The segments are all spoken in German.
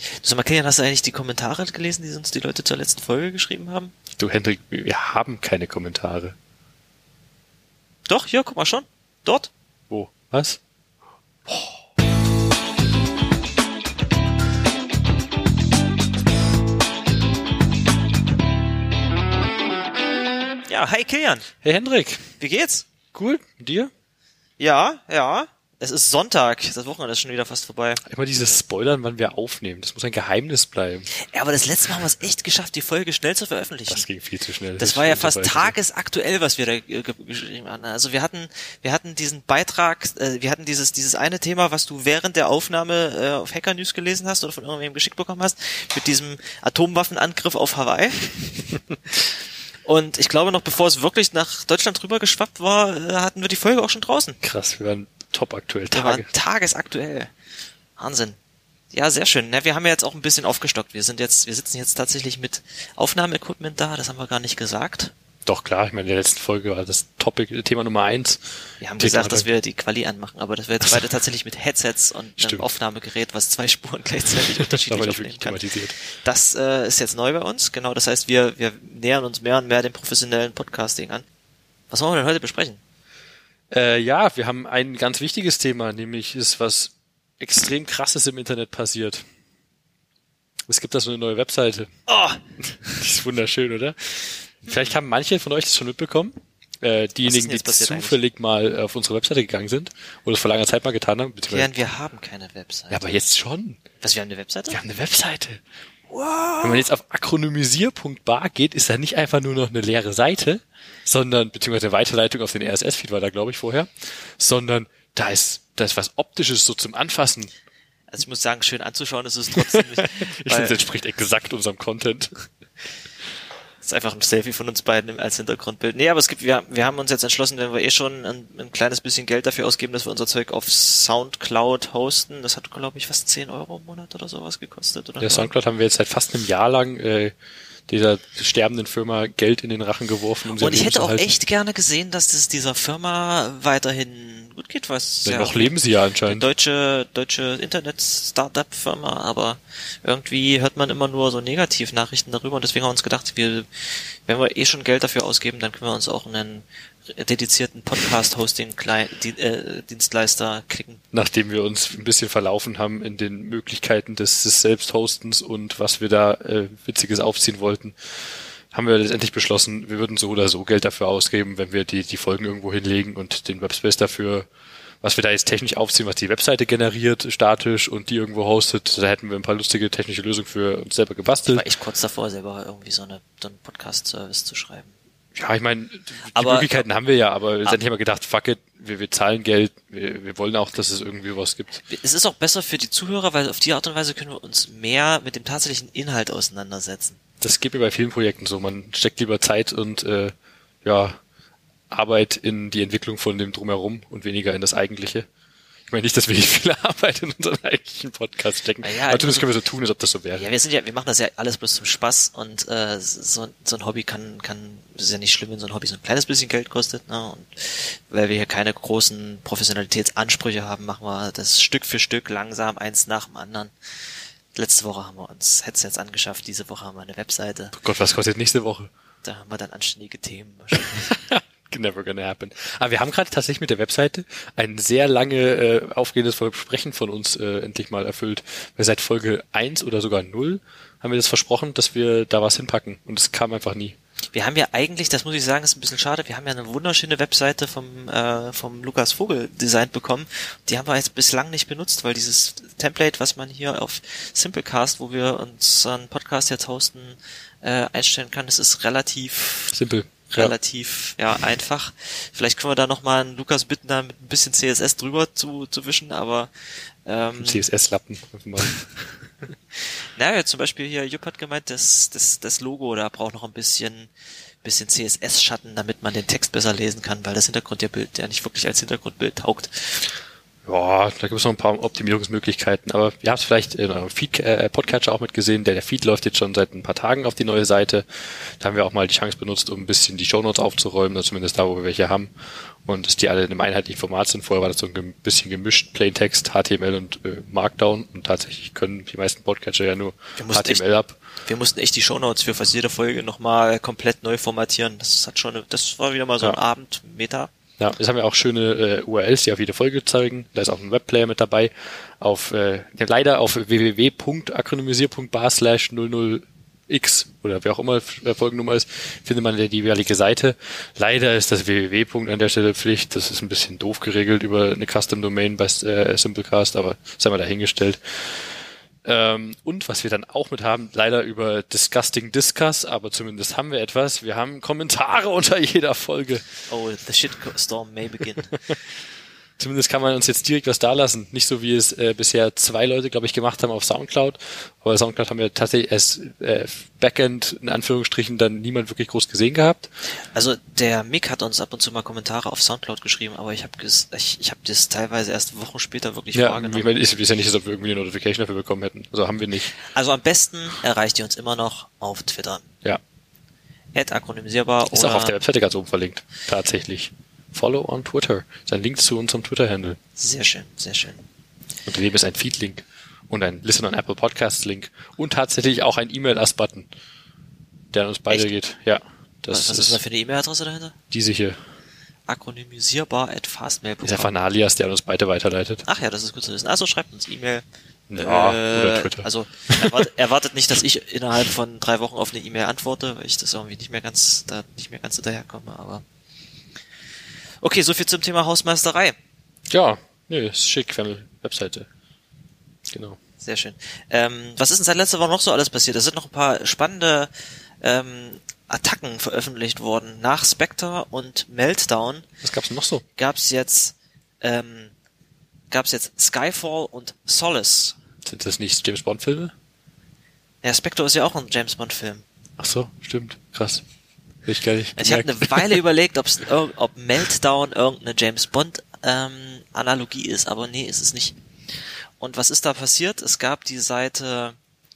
Sag mal, Kilian, hast du eigentlich die Kommentare gelesen, die uns die Leute zur letzten Folge geschrieben haben? Du, Hendrik, wir haben keine Kommentare. Doch, ja, guck mal schon. Dort. Wo? Was? Ja, hi Kilian. Hey Hendrik. Wie geht's? Cool. Und dir? Ja. Es ist Sonntag. Das Wochenende ist schon wieder fast vorbei. Immer dieses Spoilern, wann wir aufnehmen. Das muss ein Geheimnis bleiben. Ja, aber das letzte Mal haben wir es echt geschafft, die Folge schnell zu veröffentlichen. Das ging viel zu schnell. Das war ja fast tagesaktuell, was wir da geschrieben haben. Also wir hatten diesen Beitrag, wir hatten dieses eine Thema, was du während der Aufnahme auf Hacker News gelesen hast oder von irgendwem geschickt bekommen hast, mit diesem Atomwaffenangriff auf Hawaii. Und ich glaube noch, bevor es wirklich nach Deutschland rüber geschwappt war, hatten wir die Folge auch schon draußen. Krass, wir waren top aktuell. Wir waren tagesaktuell. Wahnsinn. Ja, sehr schön. Na, wir haben ja jetzt auch ein bisschen aufgestockt. Wir sitzen jetzt tatsächlich mit Aufnahmeequipment da, das haben wir gar nicht gesagt. Doch, klar, ich meine, in der letzten Folge war das Thema Nummer 1. Wir haben gesagt, dass wir die Quali anmachen, aber dass wir jetzt beide tatsächlich mit Headsets und einem Aufnahmegerät, was 2 Spuren gleichzeitig unterschiedlich aufnehmen kann. Das ist jetzt neu bei uns, genau. Das heißt, wir nähern uns mehr und mehr dem professionellen Podcasting an. Was wollen wir denn heute besprechen? Ja, wir haben ein ganz wichtiges Thema, nämlich ist was extrem Krasses im Internet passiert. Es gibt da so eine neue Webseite. Oh! Die ist wunderschön, oder? Vielleicht haben manche von euch das schon mitbekommen. Diejenigen, die zufällig mal auf unsere Webseite gegangen sind oder es vor langer Zeit mal getan haben. Wir haben keine Webseite. Ja, aber jetzt schon. Was, wir haben eine Webseite? Wir haben eine Webseite. Wow. Wenn man jetzt auf akronymisier.bar geht, ist da nicht einfach nur noch eine leere Seite, sondern, beziehungsweise eine Weiterleitung auf den RSS-Feed war da, glaube ich, vorher, sondern da ist was Optisches so zum Anfassen. Also ich muss sagen, schön anzuschauen ist es trotzdem nicht. Ich finde, es entspricht exakt unserem Content. Das ist einfach ein Selfie von uns beiden als Hintergrundbild. Nee, aber wir haben uns jetzt entschlossen, wenn wir schon ein kleines bisschen Geld dafür ausgeben, dass wir unser Zeug auf Soundcloud hosten. Das hat, glaube ich, fast 10 € im Monat oder sowas gekostet. Oder? Ja, Soundcloud haben wir jetzt seit fast einem Jahr lang dieser sterbenden Firma Geld in den Rachen geworfen. Und ich hätte auch echt gerne gesehen, dass es dieser Firma weiterhin gut geht, was ja, noch leben sie ja anscheinend. Deutsche Internet-Startup-Firma, aber irgendwie hört man immer nur so Negativnachrichten darüber und deswegen haben wir uns gedacht, wenn wir schon Geld dafür ausgeben, dann können wir uns auch einen dedizierten Podcast-Hosting-Dienstleister klicken. Nachdem wir uns ein bisschen verlaufen haben in den Möglichkeiten des Selbsthostens und was wir da Witziges aufziehen wollten, haben wir letztendlich beschlossen, wir würden so oder so Geld dafür ausgeben, wenn wir die Folgen irgendwo hinlegen und den Webspace dafür, was wir da jetzt technisch aufziehen, was die Webseite generiert, statisch und die irgendwo hostet, da hätten wir ein paar lustige technische Lösungen für uns selber gebastelt. Ich war echt kurz davor, selber irgendwie so einen Podcast-Service zu schreiben. Ja, ich meine, die Möglichkeiten haben wir ja, aber letztendlich haben wir gedacht, fuck it, wir zahlen Geld, wir wollen auch, dass es irgendwie was gibt. Es ist auch besser für die Zuhörer, weil auf die Art und Weise können wir uns mehr mit dem tatsächlichen Inhalt auseinandersetzen. Das geht mir bei vielen Projekten so, man steckt lieber Zeit und Arbeit in die Entwicklung von dem Drumherum und weniger in das Eigentliche. Ich meine nicht, dass wir nicht viel Arbeit in unseren eigentlichen Podcast stecken. Ja, natürlich können wir so tun, als ob das so wäre. Ja, wir machen das ja alles bloß zum Spaß und so ein Hobby ist ja nicht schlimm, wenn so ein Hobby so ein kleines bisschen Geld kostet, ne? Und weil wir hier keine großen Professionalitätsansprüche haben, machen wir das Stück für Stück langsam eins nach dem anderen. Letzte Woche haben wir uns Headsets angeschafft, diese Woche haben wir eine Webseite. Oh Gott, was kostet nächste Woche? Da haben wir dann anständige Themen wahrscheinlich. Never gonna happen. Aber wir haben gerade tatsächlich mit der Webseite ein sehr lange aufgehendes Versprechen von uns endlich mal erfüllt. Weil seit Folge 1 oder sogar 0 haben wir das versprochen, dass wir da was hinpacken. Und es kam einfach nie. Wir haben ja eigentlich, das muss ich sagen, ist ein bisschen schade, wir haben ja eine wunderschöne Webseite vom Lukas Vogel designt bekommen. Die haben wir jetzt bislang nicht benutzt, weil dieses Template, was man hier auf Simplecast, wo wir unseren Podcast jetzt hosten, einstellen kann, das ist relativ simpel. Relativ einfach. Vielleicht können wir da nochmal einen Lukas bitten, da mit ein bisschen CSS drüber zu wischen, aber CSS-Lappen. naja, zum Beispiel hier, Jupp hat gemeint, das Logo, da braucht noch ein bisschen CSS-Schatten, damit man den Text besser lesen kann, weil das Hintergrundbild ja nicht wirklich als Hintergrundbild taugt. Ja, da gibt es noch ein paar Optimierungsmöglichkeiten, aber ihr habt es vielleicht in eurem Podcatcher auch mitgesehen, der Feed läuft jetzt schon seit ein paar Tagen auf die neue Seite. Da haben wir auch mal die Chance benutzt, um ein bisschen die Shownotes aufzuräumen, oder zumindest da, wo wir welche haben. und dass die alle in einem einheitlichen Format sind. Vorher war das so ein bisschen gemischt, Plaintext, HTML und Markdown, und tatsächlich können die meisten Podcatcher ja nur HTML ab. Wir mussten echt die Shownotes für fast jede Folge nochmal komplett neu formatieren. Das war wieder mal so ein Abend Meta. Ja, es haben ja auch schöne URLs, die auf jede Folge zeigen. Da ist auch ein Webplayer mit dabei. Leider auf www.akronymisier.bar/00x oder wer auch immer Folgennummer ist, findet man die jeweilige Seite. Leider ist das www. an der Stelle Pflicht. Das ist ein bisschen doof geregelt über eine Custom Domain bei Simplecast, aber das haben wir dahingestellt. Und was wir dann auch mit haben, leider über Disgusting Discuss, aber zumindest haben wir etwas. Wir haben Kommentare unter jeder Folge. Oh, the shitstorm may begin. Zumindest kann man uns jetzt direkt was dalassen. Nicht so, wie es bisher 2 Leute, glaube ich, gemacht haben auf Soundcloud. Aber Soundcloud haben wir tatsächlich erst Backend, in Anführungsstrichen, dann niemand wirklich groß gesehen gehabt. Also der Mick hat uns ab und zu mal Kommentare auf Soundcloud geschrieben, aber ich hab das teilweise erst Wochen später wirklich wahrgenommen. Ich meine, ist ja nicht, als ob wir irgendwie eine Notification dafür bekommen hätten. Also haben wir nicht. Also am besten erreicht ihr uns immer noch auf Twitter. Ja. @akronymisierbar. Ist auch auf der Webseite ganz oben verlinkt. Tatsächlich. Follow on Twitter. Das ist ein Link zu unserem Twitter-Handle. Sehr schön, sehr schön. Und daneben ist ein Feed-Link und ein Listen on Apple Podcasts-Link und tatsächlich auch ein E-Mail-Us-Button, der an uns beide geht. Ja. Was ist da für eine E-Mail-Adresse dahinter? Diese hier. Akronymisierbar@fastmail.com. Ist einfach ein Alias, der an uns beide weiterleitet. Ach ja, das ist gut zu wissen. Also schreibt uns E-Mail. Ja, oder Twitter. Also erwartet nicht, dass ich innerhalb von 3 Wochen auf eine E-Mail antworte, weil ich das irgendwie nicht mehr ganz hinterherkomme, aber okay, so viel zum Thema Hausmeisterei. Ja, ist schick, wir haben eine Webseite. Genau. Sehr schön. Was ist denn seit letzter Woche noch so alles passiert? Es sind noch ein paar spannende Attacken veröffentlicht worden. Nach Spectre und Meltdown. Was gab's denn noch so? Gab's jetzt Skyfall und Solace. Sind das nicht James Bond Filme? Ja, Spectre ist ja auch ein James Bond Film. Ach so, stimmt. Krass. Ich habe eine Weile überlegt, ob Meltdown irgendeine James Bond Analogie ist, aber nee, ist es nicht. Und was ist da passiert? Es gab die Seite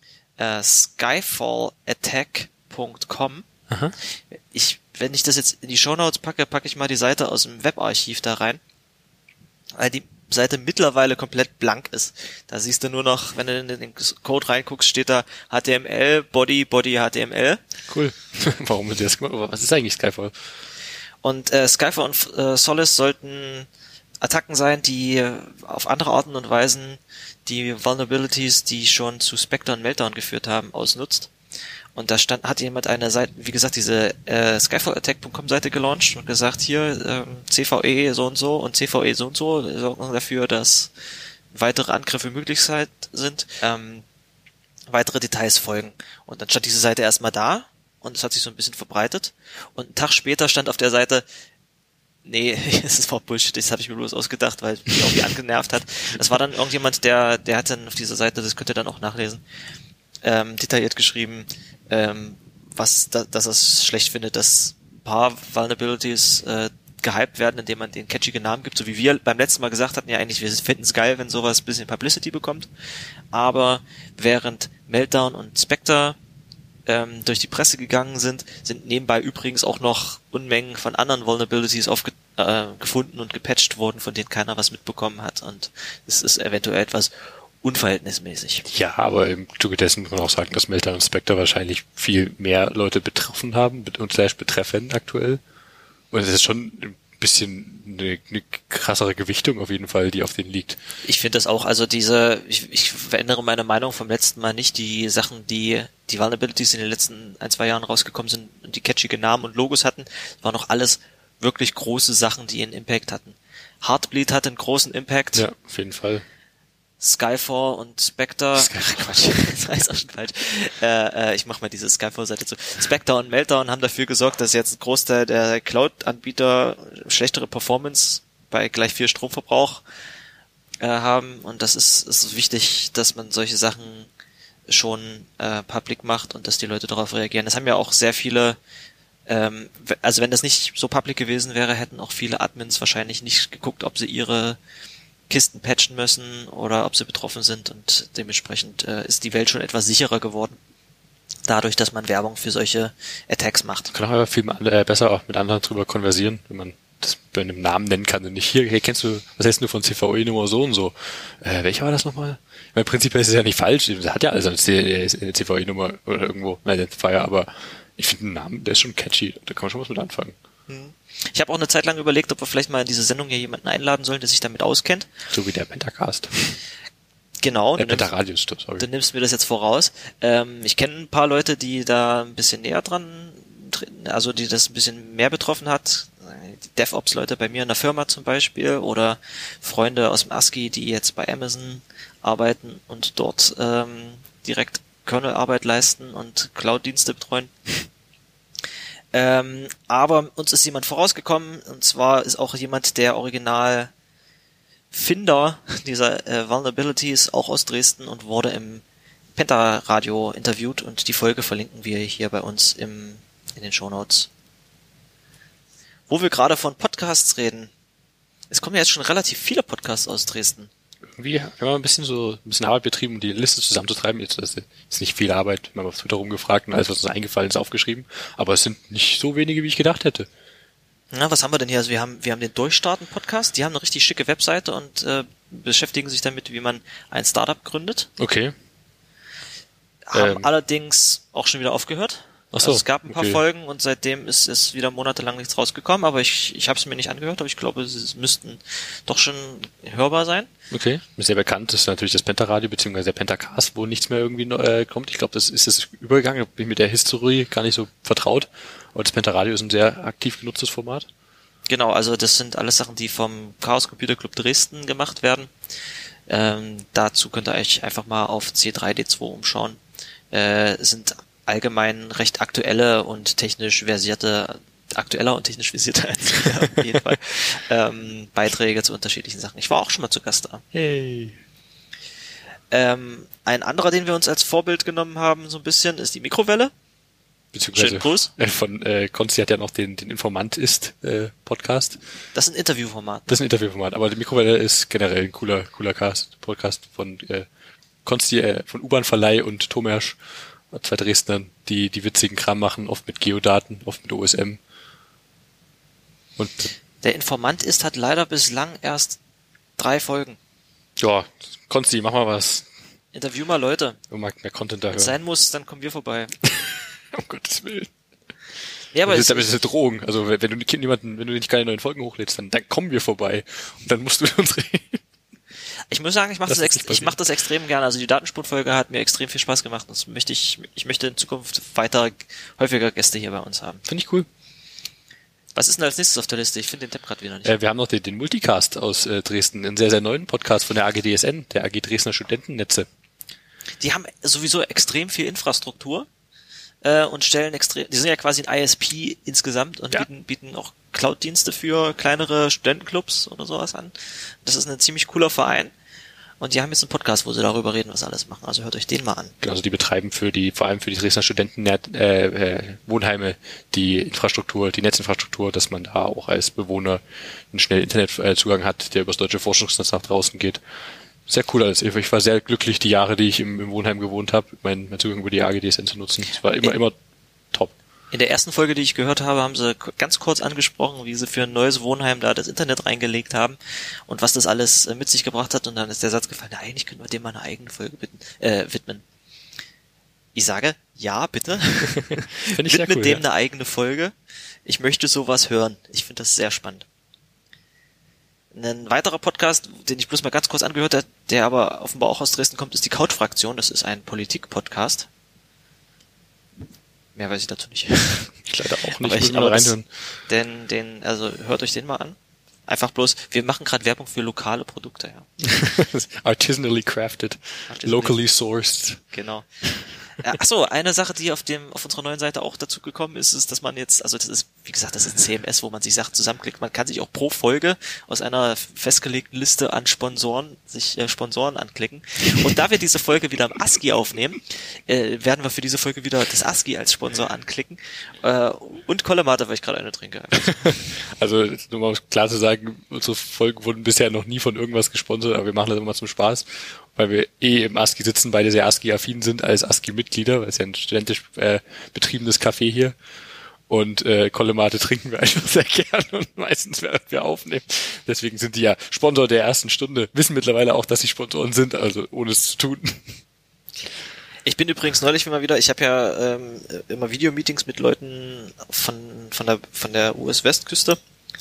skyfallattack.com. Aha. Wenn ich das jetzt in die Shownotes packe ich mal die Seite aus dem Webarchiv da rein, weil die Seite mittlerweile komplett blank ist. Da siehst du nur noch, wenn du in den Code reinguckst, steht da HTML, Body, HTML. Cool. Warum ist das gemacht? Was ist eigentlich Skyfall? Und Skyfall und Solace sollten Attacken sein, die auf andere Arten und Weisen die Vulnerabilities, die schon zu Spectre und Meltdown geführt haben, ausnutzt. Und da hat jemand eine Seite, wie gesagt, diese skyfallattack.com Seite gelauncht und gesagt, hier CVE so und CVE so sorgen dafür, dass weitere Angriffe möglich sind, weitere Details folgen. Und dann stand diese Seite erstmal da und es hat sich so ein bisschen verbreitet. Und einen Tag später stand auf der Seite, nee, es ist voll Bullshit, das habe ich mir bloß ausgedacht, weil mich irgendwie angenervt hat. Das war dann irgendjemand, der hat dann auf dieser Seite, das könnt ihr dann auch nachlesen, detailliert geschrieben, dass er es schlecht findet, dass ein paar Vulnerabilities gehypt werden, indem man den catchige Namen gibt, so wie wir beim letzten Mal gesagt hatten, ja eigentlich, wir finden es geil, wenn sowas ein bisschen Publicity bekommt, aber während Meltdown und Spectre durch die Presse gegangen sind nebenbei übrigens auch noch Unmengen von anderen Vulnerabilities gefunden und gepatcht worden, von denen keiner was mitbekommen hat, und es ist eventuell etwas unverhältnismäßig. Ja, aber im Zuge dessen muss man auch sagen, dass Meltdown und Spectre wahrscheinlich viel mehr Leute betroffen haben und betreffen aktuell. Und es ist schon ein bisschen eine krassere Gewichtung auf jeden Fall, die auf denen liegt. Ich finde das auch, also ich verändere meine Meinung vom letzten Mal nicht, die Sachen, die Vulnerabilities in den letzten 1-2 Jahren rausgekommen sind und die catchige Namen und Logos hatten, waren noch alles wirklich große Sachen, die einen Impact hatten. Heartbleed hatte einen großen Impact. Ja, auf jeden Fall. Skyfall und Spectre. Quatsch, das heißt auch schon falsch. Ich mach mal diese Skyfall-Seite zu. Spectre und Meltdown haben dafür gesorgt, dass jetzt ein Großteil der Cloud-Anbieter schlechtere Performance bei gleich viel Stromverbrauch haben. Und das ist wichtig, dass man solche Sachen schon public macht und dass die Leute darauf reagieren. Das haben ja auch sehr viele, also wenn das nicht so public gewesen wäre, hätten auch viele Admins wahrscheinlich nicht geguckt, ob sie ihre Kisten patchen müssen oder ob sie betroffen sind, und dementsprechend ist die Welt schon etwas sicherer geworden, dadurch, dass man Werbung für solche Attacks macht. Man kann auch viel besser auch mit anderen drüber konversieren, wenn man das bei einem Namen nennen kann und nicht hier kennst du, was heißt du von CVE-Nummer so und so? Welcher war das nochmal? Im Prinzip ist es ja nicht falsch, der hat ja also eine CVE-Nummer oder irgendwo, ein Identifier, aber ich finde den Namen, der ist schon catchy, da kann man schon was mit anfangen. Ich habe auch eine Zeit lang überlegt, ob wir vielleicht mal in diese Sendung hier jemanden einladen sollen, der sich damit auskennt. So wie der Pentacast. Genau. Pentaradius, sorry. Du nimmst mir das jetzt voraus. Ich kenne ein paar Leute, die da ein bisschen näher dran, also die das ein bisschen mehr betroffen hat. Die DevOps-Leute bei mir in der Firma zum Beispiel oder Freunde aus dem ASCII, die jetzt bei Amazon arbeiten und dort direkt Kernel-Arbeit leisten und Cloud-Dienste betreuen. Aber uns ist jemand vorausgekommen, und zwar ist auch jemand, der Original Finder dieser Vulnerabilities, auch aus Dresden, und wurde im Penta-Radio interviewt, und die Folge verlinken wir hier bei uns in den Shownotes. Wo wir gerade von Podcasts reden, es kommen ja jetzt schon relativ viele Podcasts aus Dresden. Irgendwie haben wir ein bisschen Arbeit betrieben, um die Liste zusammenzutreiben. Jetzt ist nicht viel Arbeit. Wir haben auf Twitter rumgefragt und alles, was uns eingefallen ist, aufgeschrieben. Aber es sind nicht so wenige, wie ich gedacht hätte. Na, was haben wir denn hier? Also wir haben den Durchstarten-Podcast. Die haben eine richtig schicke Webseite und beschäftigen sich damit, wie man ein Startup gründet. Okay. Haben allerdings auch schon wieder aufgehört. Ach so, also es gab ein paar Folgen und seitdem ist wieder monatelang nichts rausgekommen, aber ich habe es mir nicht angehört, aber ich glaube, sie müssten doch schon hörbar sein. Okay, sehr bekannt ist natürlich das Penta-Radio bzw. der Pentacast, wo nichts mehr irgendwie kommt. Ich glaube, das ist das Übergang, da bin ich mit der Historie gar nicht so vertraut, aber das Penta-Radio ist ein sehr aktiv genutztes Format. Genau, also das sind alles Sachen, die vom Chaos Computer Club Dresden gemacht werden. Dazu könnt ihr euch einfach mal auf C3D2 umschauen. Sind allgemein recht aktueller und technisch versierte auf jeden Fall, Beiträge zu unterschiedlichen Sachen. Ich war auch schon mal zu Gast da. Hey. Ein anderer, den wir uns als Vorbild genommen haben, so ein bisschen, ist die Mikrowelle. Beziehungsweise schönen Gruß. Von Konsti hat ja noch den Informant ist Podcast. Das ist ein Interviewformat. Das ist ein Interviewformat, aber die Mikrowelle ist generell ein cooler Podcast von Konsti, von U-Bahn Verleih und Tomersch, 2 Dresdnern, die witzigen Kram machen, oft mit Geodaten, oft mit OSM. Und der Informant hat leider bislang erst 3 Folgen. Ja, Konsti, mach mal was. Interview mal Leute. Du magst mehr Content da hören. Wenn es sein muss, dann kommen wir vorbei. Um Gottes Willen. Ja, aber das ist eine Drohung. Also wenn du nicht keine neuen Folgen hochlädst, dann kommen wir vorbei. Und dann musst du mit uns reden. Ich muss sagen, ich mache das extrem gerne. Also die Datenspurtfolge hat mir extrem viel Spaß gemacht. Ich möchte in Zukunft häufiger Gäste hier bei uns haben. Finde ich cool. Was ist denn als nächstes auf der Liste? Ich finde den Tab gerade wieder nicht. Wir haben noch den Multicast aus Dresden, einen sehr, sehr neuen Podcast von der AGDSN, der AG Dresdner Studentennetze. Die haben sowieso extrem viel Infrastruktur und die sind ja quasi ein ISP insgesamt und bieten auch Cloud-Dienste für kleinere Studentenclubs oder sowas an. Das ist ein ziemlich cooler Verein. Und die haben jetzt einen Podcast, wo sie darüber reden, was sie alles machen. Also hört euch den mal an. Genau, also die betreiben vor allem für die Dresdner Studenten Wohnheime die Netzinfrastruktur, dass man da auch als Bewohner einen schnellen Internetzugang hat, der übers deutsche Forschungsnetz nach draußen geht. Sehr cool alles. Ich war sehr glücklich, die Jahre, die ich im Wohnheim gewohnt habe, mein Zugang über die AGDSN zu nutzen. Es war immer top. In der ersten Folge, die ich gehört habe, haben sie ganz kurz angesprochen, wie sie für ein neues Wohnheim da das Internet reingelegt haben und was das alles mit sich gebracht hat. Und dann ist der Satz gefallen, na, eigentlich können wir dem mal eine eigene Folge widmen. Ich sage, ja, bitte. Finde ich sehr cool, Widmet dem eine eigene Folge. Ich möchte sowas hören. Ich finde das sehr spannend. Ein weiterer Podcast, den ich bloß mal ganz kurz angehört habe, der aber offenbar auch aus Dresden kommt, ist die Couch-Fraktion. Das ist ein Politik-Podcast. Mehr weiß ich dazu nicht. Ich leider auch nicht. Ich mal reinhören. Also hört euch den mal an. Einfach bloß, wir machen gerade Werbung für lokale Produkte, ja. Artisanally crafted, locally sourced. Genau. Achso, eine Sache, die auf unserer neuen Seite auch dazu gekommen ist, dass man jetzt, also das ist, wie gesagt, das ist CMS, wo man sich Sachen zusammenklickt. Man kann sich auch pro Folge aus einer festgelegten Liste an Sponsoren anklicken. Und da wir diese Folge wieder im ASCII aufnehmen, werden wir für diese Folge wieder das ASCII als Sponsor anklicken. Und Kollemate, weil ich gerade eine trinke. Also, nur mal klar zu sagen, unsere Folgen wurden bisher noch nie von irgendwas gesponsert, aber wir machen das immer zum Spaß. Weil wir im ASCII sitzen, beide sehr ASCII-affin sind als ASCII-Mitglieder, weil es ja ein studentisch betriebenes Café hier. Und Kolle-Mate trinken wir einfach sehr gern und meistens, während wir aufnehmen. Deswegen sind die ja Sponsor der ersten Stunde. Wissen mittlerweile auch, dass sie Sponsoren sind, also ohne es zu tun. Ich bin übrigens neulich immer wieder, ich habe ja immer Videomeetings mit Leuten von der US-Westküste.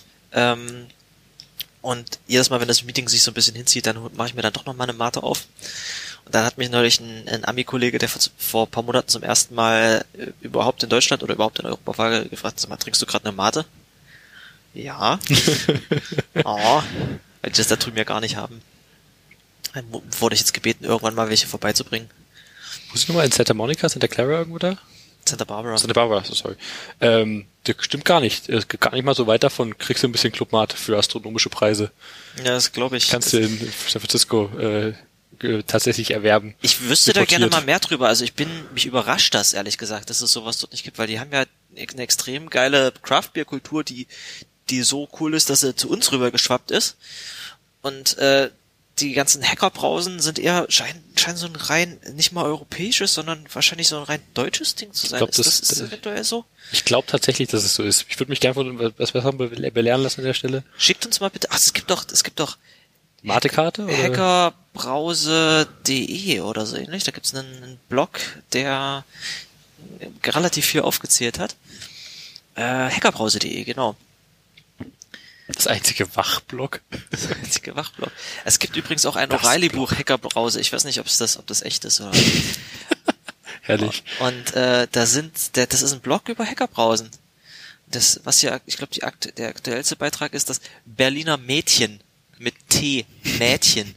Und jedes Mal, wenn das Meeting sich so ein bisschen hinzieht, dann mache ich mir dann doch noch mal eine Mate auf. Und dann hat mich neulich ein Ami-Kollege, der vor ein paar Monaten zum ersten Mal überhaupt in Deutschland oder überhaupt in Europa war, gefragt, sag mal, trinkst du gerade eine Mate? Ja. Oh, weil die das da drüben ja gar nicht haben. Dann wurde ich jetzt gebeten, irgendwann mal welche vorbeizubringen. Wo ist nochmal in Santa Monica, Santa Clara irgendwo da? Santa Barbara. Santa Barbara, so sorry. Das stimmt gar nicht. Es geht gar nicht mal so weit davon, kriegst du ein bisschen Club-Mate für astronomische Preise. Ja, das glaube ich. Kannst du in San Francisco tatsächlich erwerben. Ich wüsste da gerne mal mehr drüber. Also mich überrascht das, ehrlich gesagt, dass es sowas dort nicht gibt, weil die haben ja eine extrem geile Craft-Bier-Kultur, die so cool ist, dass sie zu uns rüber geschwappt ist. Und die ganzen Hackerbrausen sind scheinen so ein rein, nicht mal europäisches, sondern wahrscheinlich so ein rein deutsches Ding zu sein. Ich glaub, ist das eventuell so? Ich glaube tatsächlich, dass es so ist. Ich würde mich gerne von was haben belehren lassen an der Stelle. Schickt uns mal bitte, es gibt doch Mate-Karte? Hackerbrause.de oder so ähnlich. Da gibt's einen Blog, der relativ viel aufgezählt hat. Hackerbrause.de, genau. Das einzige Wachblog. Das einzige Wachblog. Es gibt übrigens auch ein O'Reilly-Buch, Hackerbrause. Ich weiß nicht, ob das echt ist oder. Herrlich. Und das ist ein Blog über Hackerbrausen. Das, was ja, ich glaube, der aktuellste Beitrag ist das Berliner Mädchen mit T, Mädchen.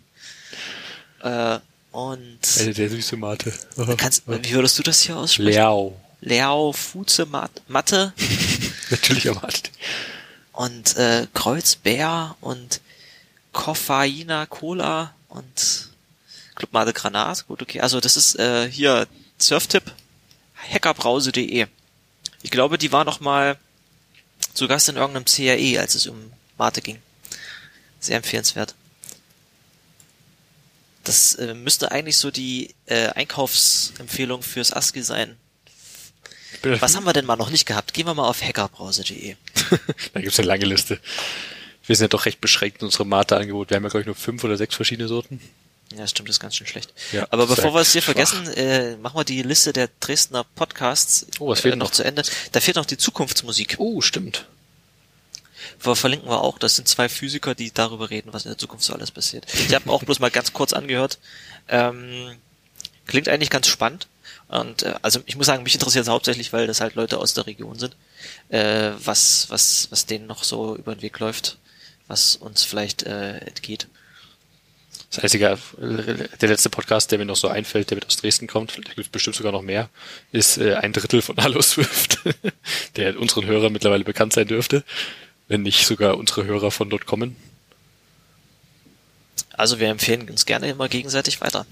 Und eine sehr süße Mate. wie würdest du das hier aussprechen? Leao Fuze Matte. Natürlich auch Mate. Und Kreuzbär und Koffeina Cola und Club Mate Granat. Gut, okay. Also das ist hier Surftipp hackerbrause.de. Ich glaube, die war noch mal zu Gast in irgendeinem CAE, als es um Mate ging. Sehr empfehlenswert. Das müsste eigentlich so die Einkaufsempfehlung fürs ASCII sein. Was haben wir denn mal noch nicht gehabt? Gehen wir mal auf hackerbrause.de. Da gibt's eine lange Liste. Wir sind ja doch recht beschränkt in unserem Mate-Angebot. Wir haben ja, glaube ich, nur 5 oder 6 verschiedene Sorten. Ja, stimmt, das ist ganz schön schlecht. Ja, aber bevor wir es hier vergessen, machen wir die Liste der Dresdner Podcasts was fehlt noch zu Ende. Da fehlt noch die Zukunftsmusik. Oh, stimmt. Verlinken wir auch. Das sind 2 Physiker, die darüber reden, was in der Zukunft so alles passiert. Ich habe auch bloß mal ganz kurz angehört. Klingt eigentlich ganz spannend. Und also ich muss sagen, mich interessiert es hauptsächlich, weil das halt Leute aus der Region sind, was denen noch so über den Weg läuft, was uns vielleicht entgeht. Das einzige, der letzte Podcast, der mir noch so einfällt, der mit aus Dresden kommt, da gibt es bestimmt sogar noch mehr, ist 1/3 von Hallo Swift, der unseren Hörern mittlerweile bekannt sein dürfte, wenn nicht sogar unsere Hörer von dort kommen. Also wir empfehlen uns gerne immer gegenseitig weiter.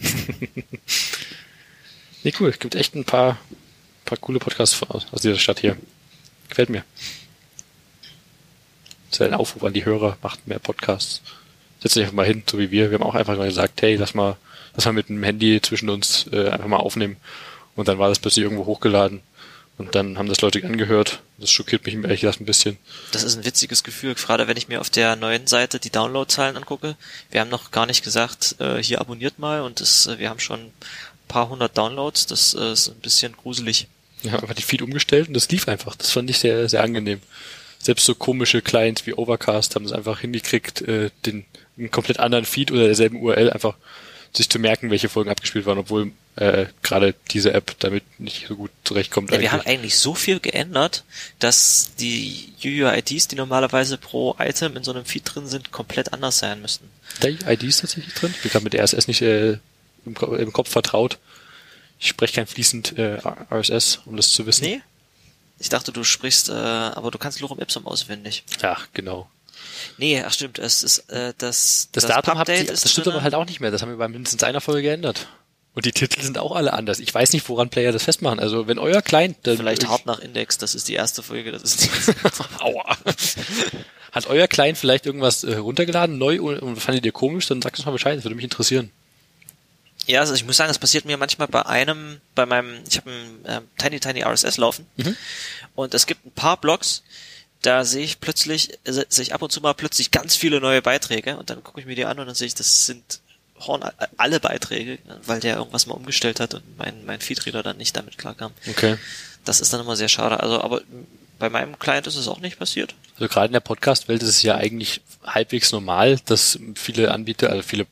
Nee, cool. Es gibt echt ein paar coole Podcasts aus dieser Stadt hier. Gefällt mir. Das ist ein Aufruf an die Hörer, macht mehr Podcasts. Setzt euch einfach mal hin, so wie wir. Wir haben auch einfach mal gesagt, hey, lass mal mit dem Handy zwischen uns einfach mal aufnehmen. Und dann war das plötzlich irgendwo hochgeladen. Und dann haben das Leute angehört. Das schockiert mich ehrlich gesagt ein bisschen. Das ist ein witziges Gefühl, gerade wenn ich mir auf der neuen Seite die Downloadzahlen angucke. Wir haben noch gar nicht gesagt, hier abonniert mal und wir haben schon ein paar hundert Downloads. Das ist ein bisschen gruselig. Wir haben einfach die Feed umgestellt und das lief einfach. Das fand ich sehr, sehr angenehm. Selbst so komische Clients wie Overcast haben es einfach hingekriegt, einen komplett anderen Feed oder derselben URL einfach sich zu merken, welche Folgen abgespielt waren, obwohl gerade diese App damit nicht so gut zurechtkommt. Ja, wir haben eigentlich so viel geändert, dass die UUIDs, die normalerweise pro Item in so einem Feed drin sind, komplett anders sein müssten. Da ID ist tatsächlich drin. Ich bin gerade mit RSS nicht im Kopf vertraut. Ich spreche kein fließend RSS, um das zu wissen. Nee? Ich dachte, du sprichst, aber du kannst Lorem Ipsum auswendig. Ja, genau. Nee, ach stimmt, es ist das Datum Update das stimmt aber halt auch nicht mehr. Das haben wir bei mindestens einer Folge geändert. Und die Titel sind auch alle anders. Ich weiß nicht, woran Player das festmachen. Also wenn euer Client... Vielleicht hart nach Index, das ist die erste Folge, das ist die... Aua. Hat euer Client vielleicht irgendwas runtergeladen, neu und fandet ihr komisch, dann sagt uns mal Bescheid, das würde mich interessieren. Ja, also ich muss sagen, es passiert mir manchmal ich habe einen Tiny RSS laufen und es gibt ein paar Blogs, da sehe ich ab und zu mal plötzlich ganz viele neue Beiträge und dann gucke ich mir die an und dann sehe ich, das sind alle Beiträge, weil der irgendwas mal umgestellt hat und mein Feedreader dann nicht damit klarkam. Okay. Das ist dann immer sehr schade. Also, aber bei meinem Client ist es auch nicht passiert. Also gerade in der Podcast-Welt ist es ja eigentlich halbwegs normal, dass viele Anbieter, also viele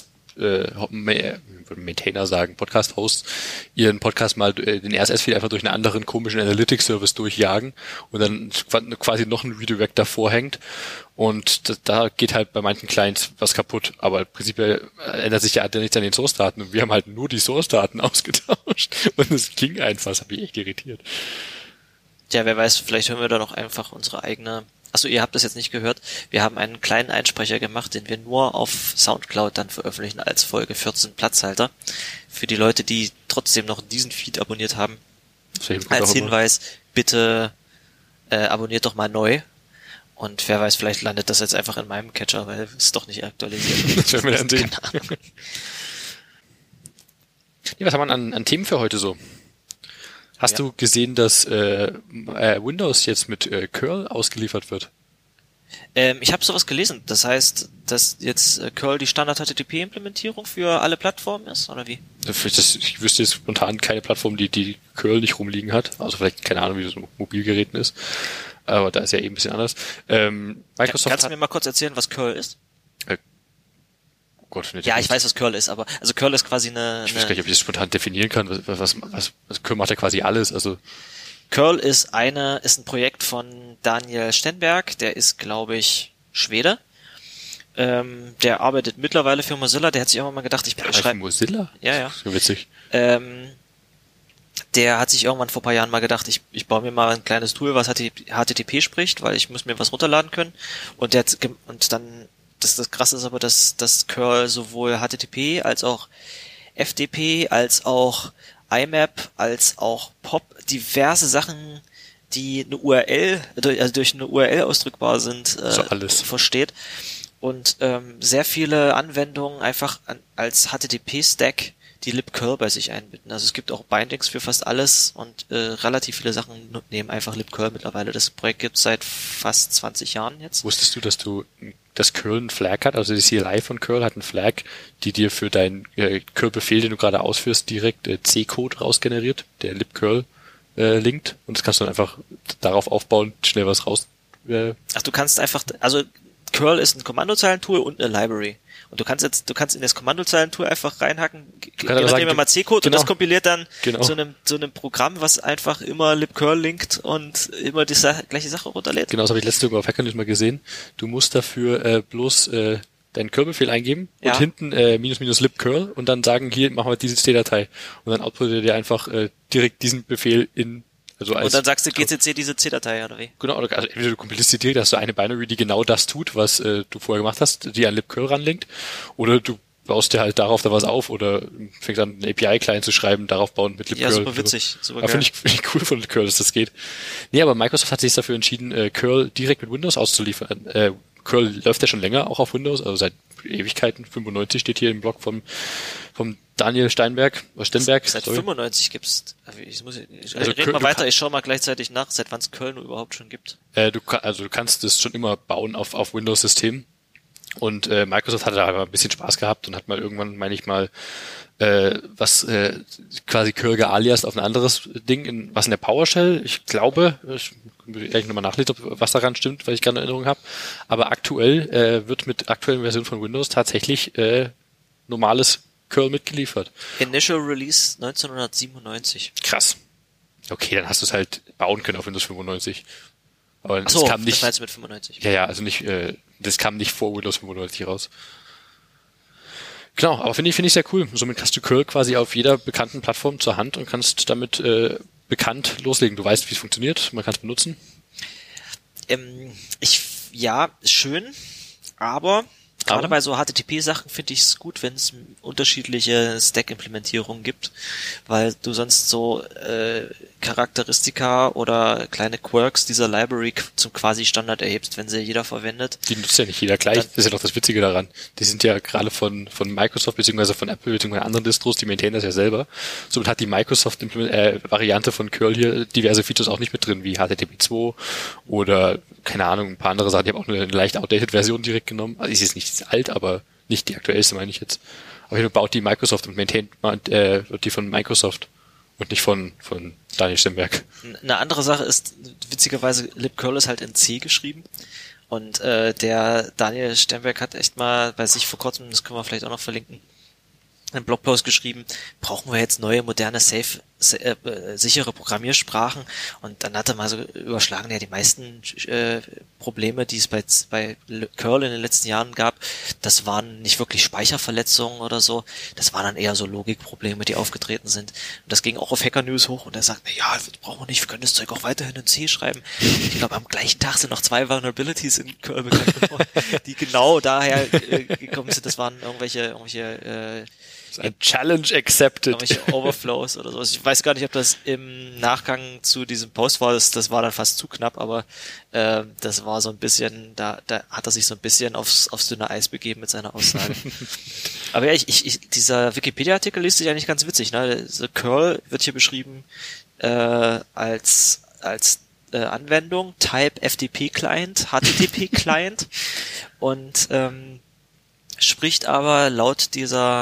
Maintainer sagen, Podcast-Hosts, ihren Podcast mal den RSS-Feed einfach durch einen anderen komischen Analytics-Service durchjagen und dann quasi noch ein Redirect davor hängt. Und da geht halt bei manchen Clients was kaputt. Aber prinzipiell ändert sich ja nichts an den Source-Daten. Und wir haben halt nur die Source-Daten ausgetauscht. Und es ging einfach, das hat mich echt irritiert. Ja, wer weiß, vielleicht hören wir da noch einfach unsere eigene... Achso, ihr habt das jetzt nicht gehört. Wir haben einen kleinen Einsprecher gemacht, den wir nur auf Soundcloud dann veröffentlichen als Folge 14 Platzhalter. Für die Leute, die trotzdem noch diesen Feed abonniert haben. Als Hinweis, bitte abonniert doch mal neu. Und wer weiß, vielleicht landet das jetzt einfach in meinem Catcher, weil es ist doch nicht aktualisiert. Das werden wir dann sehen. Ja, was haben wir an Themen für heute so? Hast du gesehen, dass Windows jetzt mit Curl ausgeliefert wird? Ich habe sowas gelesen. Das heißt, dass jetzt Curl die Standard-HTTP-Implementierung für alle Plattformen ist, oder wie? Ich wüsste jetzt spontan keine Plattform, die Curl nicht rumliegen hat. Also vielleicht, keine Ahnung, wie das mit Mobilgeräten ist. Aber da ist ja eben ein bisschen anders. Microsoft kannst du mir mal kurz erzählen, was Curl ist? Oh Gott, ja, ich weiß, was Curl ist, aber also Curl ist quasi eine... Ich weiß gar nicht, ob ich das spontan definieren kann. Was Curl macht ja quasi alles. Also Curl ist ein Projekt von Daniel Stenberg, der ist, glaube ich, Schwede. Der arbeitet mittlerweile für Mozilla, der hat sich irgendwann mal gedacht, ich schreibe... Mozilla? Ja. Das ist ja witzig. Der hat sich irgendwann vor ein paar Jahren mal gedacht, ich baue mir mal ein kleines Tool, was HTTP spricht, weil ich muss mir was runterladen können. Und dann... Das Krasse ist aber, dass Curl sowohl HTTP als auch FTP, als auch IMAP, als auch POP, diverse Sachen, die eine URL, durch eine URL ausdrückbar sind, versteht. Und sehr viele Anwendungen einfach als HTTP-Stack die libcurl bei sich einbinden. Also es gibt auch Bindings für fast alles und relativ viele Sachen nehmen einfach libcurl mittlerweile. Das Projekt gibt es seit fast 20 Jahren jetzt. Wusstest du, dass Curl einen Flag hat? Also die CLI von Curl hat einen Flag, die dir für deinen Curl-Befehl, den du gerade ausführst, direkt C-Code rausgeneriert, der libcurl linkt. Und das kannst du dann einfach darauf aufbauen, schnell was raus. Ach, du kannst einfach, also Curl ist ein Kommandozeilentool und eine Library. Und du kannst in das Kommandozeilentool einfach reinhacken, nehmen mal C-Code, genau. Und das kompiliert dann zu einem Programm, was einfach immer libcurl linkt und immer die gleiche Sache runterlädt. Genau, das habe ich letzte Woche auf Hacker News mal gesehen. Du musst dafür bloß deinen Curl-Befehl eingeben und hinten -- libcurl und dann sagen, hier, machen wir diese C-Datei. Und dann outputet dir einfach direkt diesen Befehl und dann sagst du GCC diese C-Datei, oder wie? Genau, also entweder du kompilierst die direkt, hast du eine Binary, die genau das tut, was du vorher gemacht hast, die an libcurl ranlinkt, oder du baust dir halt darauf da was auf oder fängst an, einen API-Client zu schreiben, darauf bauen mit libcurl. Ja, super witzig, super geil. Finde ich cool von Curl, dass das geht. Nee, aber Microsoft hat sich dafür entschieden, Curl direkt mit Windows auszuliefern. Curl läuft ja schon länger auch auf Windows, also seit Ewigkeiten. 95 steht hier im Blog vom Daniel Stenberg. Seit 95 gibt's. Red mal weiter, ich schaue mal gleichzeitig nach, seit wann es Curl nur überhaupt schon gibt. Du kannst das schon immer bauen auf Windows-System. Und Microsoft hatte da aber ein bisschen Spaß gehabt und hat mal irgendwann, meine ich mal, quasi Curl gealiast auf ein anderes Ding, was in der PowerShell, ich glaube, ich muss gleich nochmal nachlesen, was daran stimmt, weil ich gerade eine Erinnerung habe, aber aktuell wird mit aktuellen Versionen von Windows tatsächlich normales Curl mitgeliefert. Initial Release 1997. Krass. Okay, dann hast du es halt bauen können auf Windows 95. Aber Ach so, das kam nicht. Das meinst du mit 95? Ja, also nicht, das kam nicht vor Windows 95 raus. Genau, aber finde ich sehr cool. Somit hast du Curl quasi auf jeder bekannten Plattform zur Hand und kannst damit bekannt loslegen. Du weißt, wie es funktioniert, man kann es benutzen. Schön, aber gerade bei so HTTP-Sachen finde ich es gut, wenn es unterschiedliche Stack-Implementierungen gibt, weil du sonst Charakteristika oder kleine Quirks dieser Library zum quasi Standard erhebst, wenn sie jeder verwendet. Die nutzt ja nicht jeder gleich, das ist ja doch das Witzige daran. Die sind ja gerade von Microsoft beziehungsweise von Apple beziehungsweise anderen Distros, die maintainen das ja selber. Somit hat die Microsoft-Variante von Curl hier diverse Features auch nicht mit drin, wie HTTP2 oder, keine Ahnung, ein paar andere Sachen. Die haben auch eine leicht outdated Version direkt genommen. Also ist jetzt nicht alt, aber nicht die aktuellste, meine ich jetzt. Auf jeden Fall baut die Microsoft und maintaint die von Microsoft und nicht von Daniel Stemberg. Eine andere Sache ist, witzigerweise, libcurl ist halt in C geschrieben. Und der Daniel Stemberg hat echt mal bei sich vor kurzem, das können wir vielleicht auch noch verlinken, einen Blogpost geschrieben, brauchen wir jetzt neue, moderne, sichere Programmiersprachen? Und dann hat er mal so überschlagen, ja, die meisten Probleme, die es bei Curl in den letzten Jahren gab, das waren nicht wirklich Speicherverletzungen oder so, das waren dann eher so Logikprobleme, die aufgetreten sind. Und das ging auch auf Hacker News hoch und er sagt, ja, das brauchen wir nicht, wir können das Zeug auch weiterhin in C schreiben. Ich glaube, am gleichen Tag sind noch 2 Vulnerabilities in Curl bekannt geworden, die genau daher gekommen sind. Das waren irgendwelche ein Challenge accepted. Irgendwelche Overflows oder so. Ich weiß gar nicht, ob das im Nachgang zu diesem Post war. Das war dann fast zu knapp, aber das war so ein bisschen, da hat er sich so ein bisschen aufs dünne Eis begeben mit seiner Aussage. Aber ja, dieser Wikipedia-Artikel liest sich eigentlich ganz witzig. Ne? So Curl wird hier beschrieben als Anwendung, Type FTP Client, HTTP Client und spricht aber laut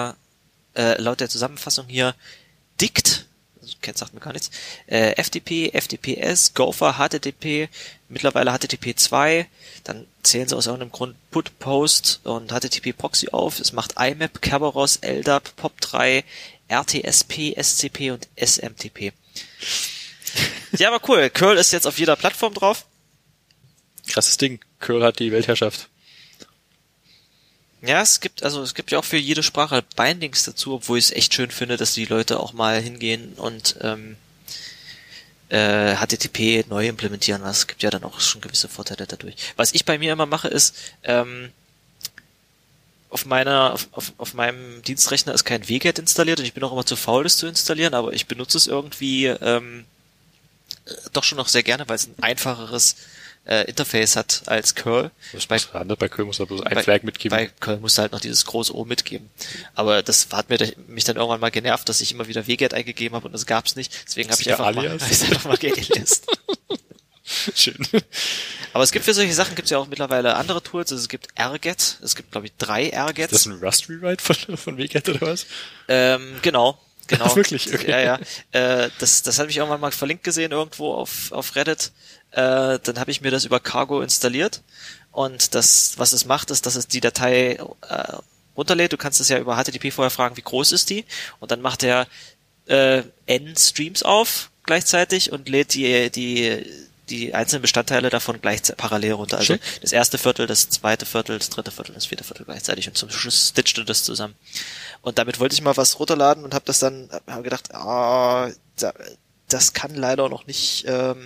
der Zusammenfassung hier DICT, sagt mir gar nichts, FTP, FTPS, Gopher, HTTP, mittlerweile HTTP2, dann zählen sie aus irgendeinem Grund Put, Post und HTTP Proxy auf, es macht IMAP, Kerberos, LDAP, POP3, RTSP, SCP und SMTP. Ja, aber cool, Curl ist jetzt auf jeder Plattform drauf. Krasses Ding, Curl hat die Weltherrschaft. Ja, es gibt ja auch für jede Sprache Bindings dazu, obwohl ich es echt schön finde, dass die Leute auch mal hingehen und HTTP neu implementieren. Es gibt ja dann auch schon gewisse Vorteile dadurch. Was ich bei mir immer mache, ist auf meinem Dienstrechner ist kein wget installiert und ich bin auch immer zu faul, das zu installieren, aber ich benutze es irgendwie doch schon noch sehr gerne, weil es ein einfacheres Interface hat als Curl. Bei Curl muss er bloß ein Flag mitgeben. Bei Curl musst du halt noch dieses große O mitgeben. Aber das hat mich dann irgendwann mal genervt, dass ich immer wieder wget eingegeben habe und das gab's nicht. Deswegen habe ich einfach mal gelistet. Schön. Aber es gibt für solche Sachen gibt's ja auch mittlerweile andere Tools. Also es gibt rget. Es gibt, glaube ich, 3 rgets. Ist das ein Rust-Rewrite von wget oder was? Genau. Wirklich? Okay. Ja. Das habe ich irgendwann mal verlinkt gesehen irgendwo auf Reddit. Dann habe ich mir das über Cargo installiert und was es macht, ist, dass es die Datei runterlädt. Du kannst es ja über HTTP vorher fragen, wie groß ist die, und dann macht er n Streams auf gleichzeitig und lädt die einzelnen Bestandteile davon parallel runter. Also das erste Viertel, das zweite Viertel, das dritte Viertel, das vierte Viertel gleichzeitig und zum Schluss stitchte das zusammen. Und damit wollte ich mal was runterladen und habe gedacht, das kann leider noch nicht,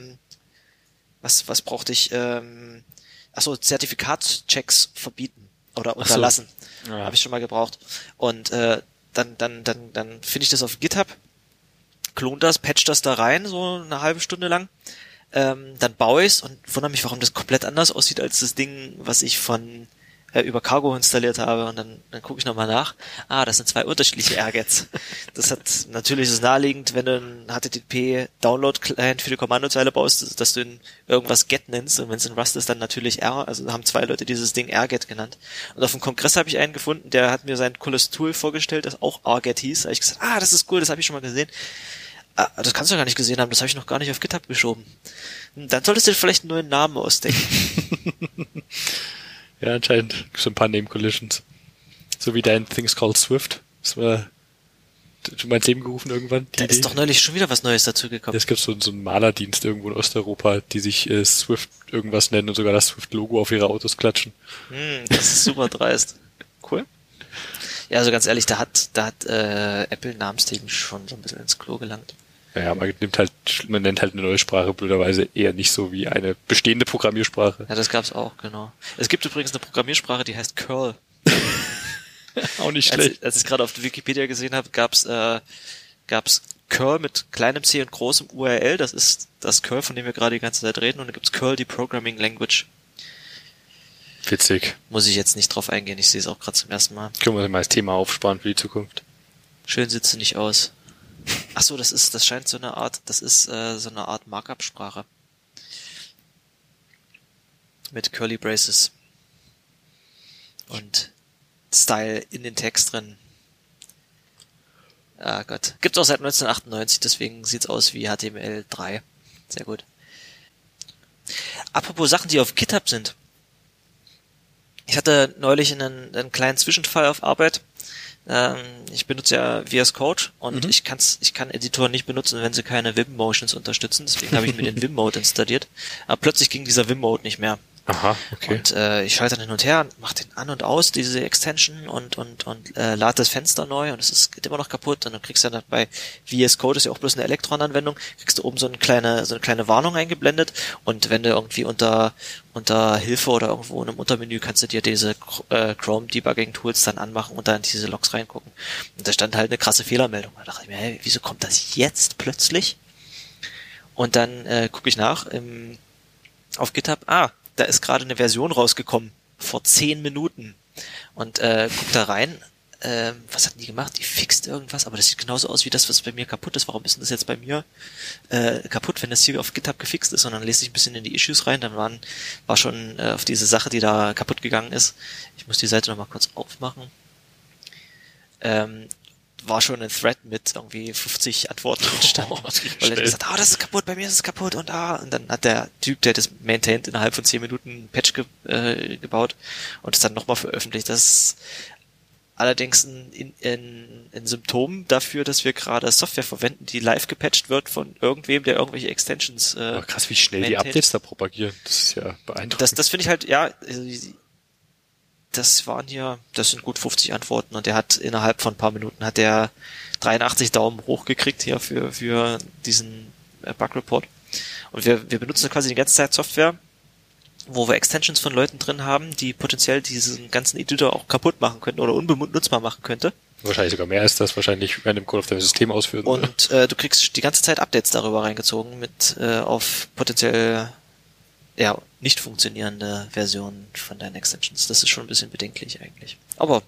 was brauchte ich, Zertifikatschecks verbieten oder unterlassen. So. Ja. Habe ich schon mal gebraucht. Und dann finde ich das auf GitHub, klon das, patch das da rein, so eine halbe Stunde lang. Dann baue ich's und wundere mich, warum das komplett anders aussieht als das Ding, was ich über Cargo installiert habe, und dann gucke ich nochmal nach. Das sind 2 unterschiedliche rgets. Natürlich ist es naheliegend, wenn du einen HTTP-Download-Client für die Kommandozeile baust, dass du irgendwas get nennst, und wenn es in Rust ist, dann natürlich R. Also haben 2 Leute dieses Ding rget genannt. Und auf dem Kongress habe ich einen gefunden, der hat mir sein cooles Tool vorgestellt, das auch rget hieß. Da habe ich gesagt, das ist cool, das habe ich schon mal gesehen. Das kannst du gar nicht gesehen haben, das habe ich noch gar nicht auf GitHub geschoben. Dann solltest du vielleicht einen neuen Namen ausdenken. Ja, anscheinend so ein paar Name Collisions. So wie dein Things Called Swift. Das war schon mal ins Leben gerufen irgendwann. Da ist doch neulich schon wieder was Neues dazu gekommen. Es gibt so einen Malerdienst irgendwo in Osteuropa, die sich Swift irgendwas nennen und sogar das Swift-Logo auf ihre Autos klatschen. Das ist super dreist. Cool. Ja, also ganz ehrlich, da hat Apple namenstechnisch schon so ein bisschen ins Klo gelangt. Ja, man nennt halt eine neue Sprache blöderweise eher nicht so wie eine bestehende Programmiersprache. Ja, das gab's auch, genau. Es gibt übrigens eine Programmiersprache, die heißt Curl. Auch nicht schlecht. Als ich gerade auf Wikipedia gesehen habe, gab's Curl mit kleinem c und großem URL, das ist das Curl, von dem wir gerade die ganze Zeit reden, und dann gibt's Curl, die Programming Language. Witzig. Muss ich jetzt nicht drauf eingehen, ich sehe es auch gerade zum ersten Mal. Können wir mal als Thema aufsparen für die Zukunft. Schön sieht sie nicht aus. Ach so, das scheint so eine Art Markup-Sprache. Mit Curly Braces. Und Style in den Text drin. Ah Gott. Gibt's auch seit 1998, deswegen sieht's aus wie HTML3. Sehr gut. Apropos Sachen, die auf GitHub sind. Ich hatte neulich einen kleinen Zwischenfall auf Arbeit. Ich benutze ja VS Code und ich kann Editoren nicht benutzen, wenn sie keine Vim-Motions unterstützen. Deswegen habe ich mir den Vim-Mode installiert. Aber plötzlich ging dieser Vim-Mode nicht mehr. Aha, okay. Und ich schalte dann hin und her, mache den an und aus, diese Extension und lade das Fenster neu und geht immer noch kaputt und dann kriegst du dann bei VS Code, ist ja auch bloß eine Elektron-Anwendung, kriegst du oben so eine kleine Warnung eingeblendet und wenn du irgendwie unter Hilfe oder irgendwo in einem Untermenü kannst du dir diese Chrome Debugging Tools dann anmachen und dann diese Logs reingucken. Und da stand halt eine krasse Fehlermeldung. Da dachte ich mir, hey, wieso kommt das jetzt plötzlich? Und dann gucke ich nach auf GitHub, da ist gerade eine Version rausgekommen, vor 10 Minuten. Und guck da rein, was hat die gemacht? Die fixt irgendwas, aber das sieht genauso aus wie das, was bei mir kaputt ist. Warum ist denn das jetzt bei mir kaputt, wenn das hier auf GitHub gefixt ist? Und dann lese ich ein bisschen in die Issues rein, dann war schon auf diese Sache, die da kaputt gegangen ist. Ich muss die Seite nochmal kurz aufmachen. War schon ein Thread mit irgendwie 50 Antworten entstanden. Weil er gesagt hat, das ist kaputt, bei mir ist es kaputt und dann hat der Typ, der das maintained, innerhalb von 10 Minuten einen Patch gebaut und es dann nochmal veröffentlicht. Das ist allerdings ein Symptom dafür, dass wir gerade Software verwenden, die live gepatcht wird von irgendwem, der irgendwelche Extensions krass, wie schnell die Updates da propagieren. Das ist ja beeindruckend. Das finde ich halt, ja, das sind gut 50 Antworten und der hat innerhalb von ein paar Minuten hat der 83 Daumen hoch gekriegt hier für diesen Bug Report. Und wir benutzen quasi die ganze Zeit Software, wo wir Extensions von Leuten drin haben, die potenziell diesen ganzen Editor auch kaputt machen könnten oder unbenutzbar machen könnte. Wahrscheinlich sogar mehr als das, wahrscheinlich während dem Code auf dem System ausführen. Und du kriegst die ganze Zeit Updates darüber reingezogen mit auf potenziell nicht funktionierende Versionen von deinen Extensions. Das ist schon ein bisschen bedenklich eigentlich. Aber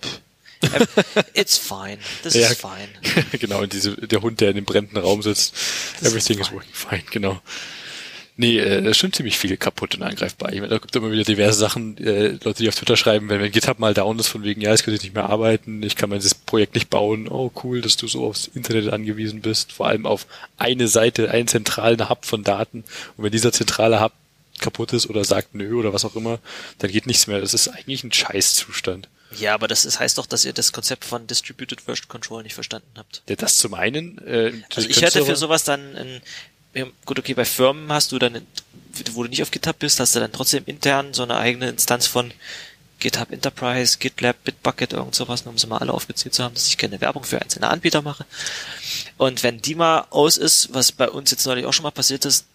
it's fine. This is fine. Genau, und der Hund, der in dem brennenden Raum sitzt. Everything is working fine, genau. Nee, da ist schon ziemlich viel kaputt und angreifbar. Ich meine, da gibt es immer wieder diverse Sachen, Leute, die auf Twitter schreiben, wenn GitHub mal down ist, von wegen, jetzt kann ich nicht mehr arbeiten, ich kann dieses Projekt nicht bauen. Oh, cool, dass du so aufs Internet angewiesen bist. Vor allem auf eine Seite, einen zentralen Hub von Daten. Und wenn dieser zentrale Hub kaputt ist oder sagt nö oder was auch immer, dann geht nichts mehr. Das ist eigentlich ein Scheißzustand. Ja, aber das heißt doch, dass ihr das Konzept von Distributed Version Control nicht verstanden habt. Ja, das zum einen. Also ich hätte für sowas dann gut, okay, bei Firmen hast du dann, wo du nicht auf GitHub bist, hast du dann trotzdem intern so eine eigene Instanz von GitHub Enterprise, GitLab, Bitbucket, irgend sowas, um sie mal alle aufgezählt zu haben, dass ich keine Werbung für einzelne Anbieter mache. Und wenn die mal aus ist, was bei uns jetzt neulich auch schon mal passiert ist,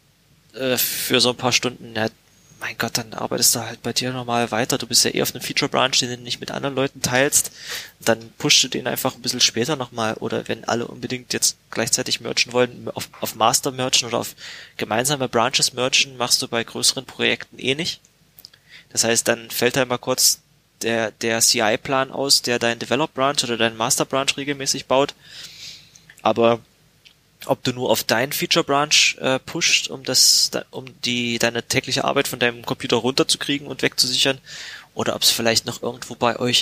für so ein paar Stunden, ja, mein Gott, dann arbeitest du halt bei dir normal weiter. Du bist ja eher auf einem Feature-Branch, den du nicht mit anderen Leuten teilst. Dann pushst du den einfach ein bisschen später nochmal. Oder wenn alle unbedingt jetzt gleichzeitig merchen wollen, auf Master merchen oder auf gemeinsame Branches merchen, machst du bei größeren Projekten eh nicht. Das heißt, dann fällt halt mal kurz der CI-Plan aus, der dein Develop-Branch oder dein Master-Branch regelmäßig baut. Aber ob du nur auf deinen Feature-Branch pushst, um deine tägliche Arbeit von deinem Computer runterzukriegen und wegzusichern, oder ob es vielleicht noch irgendwo bei euch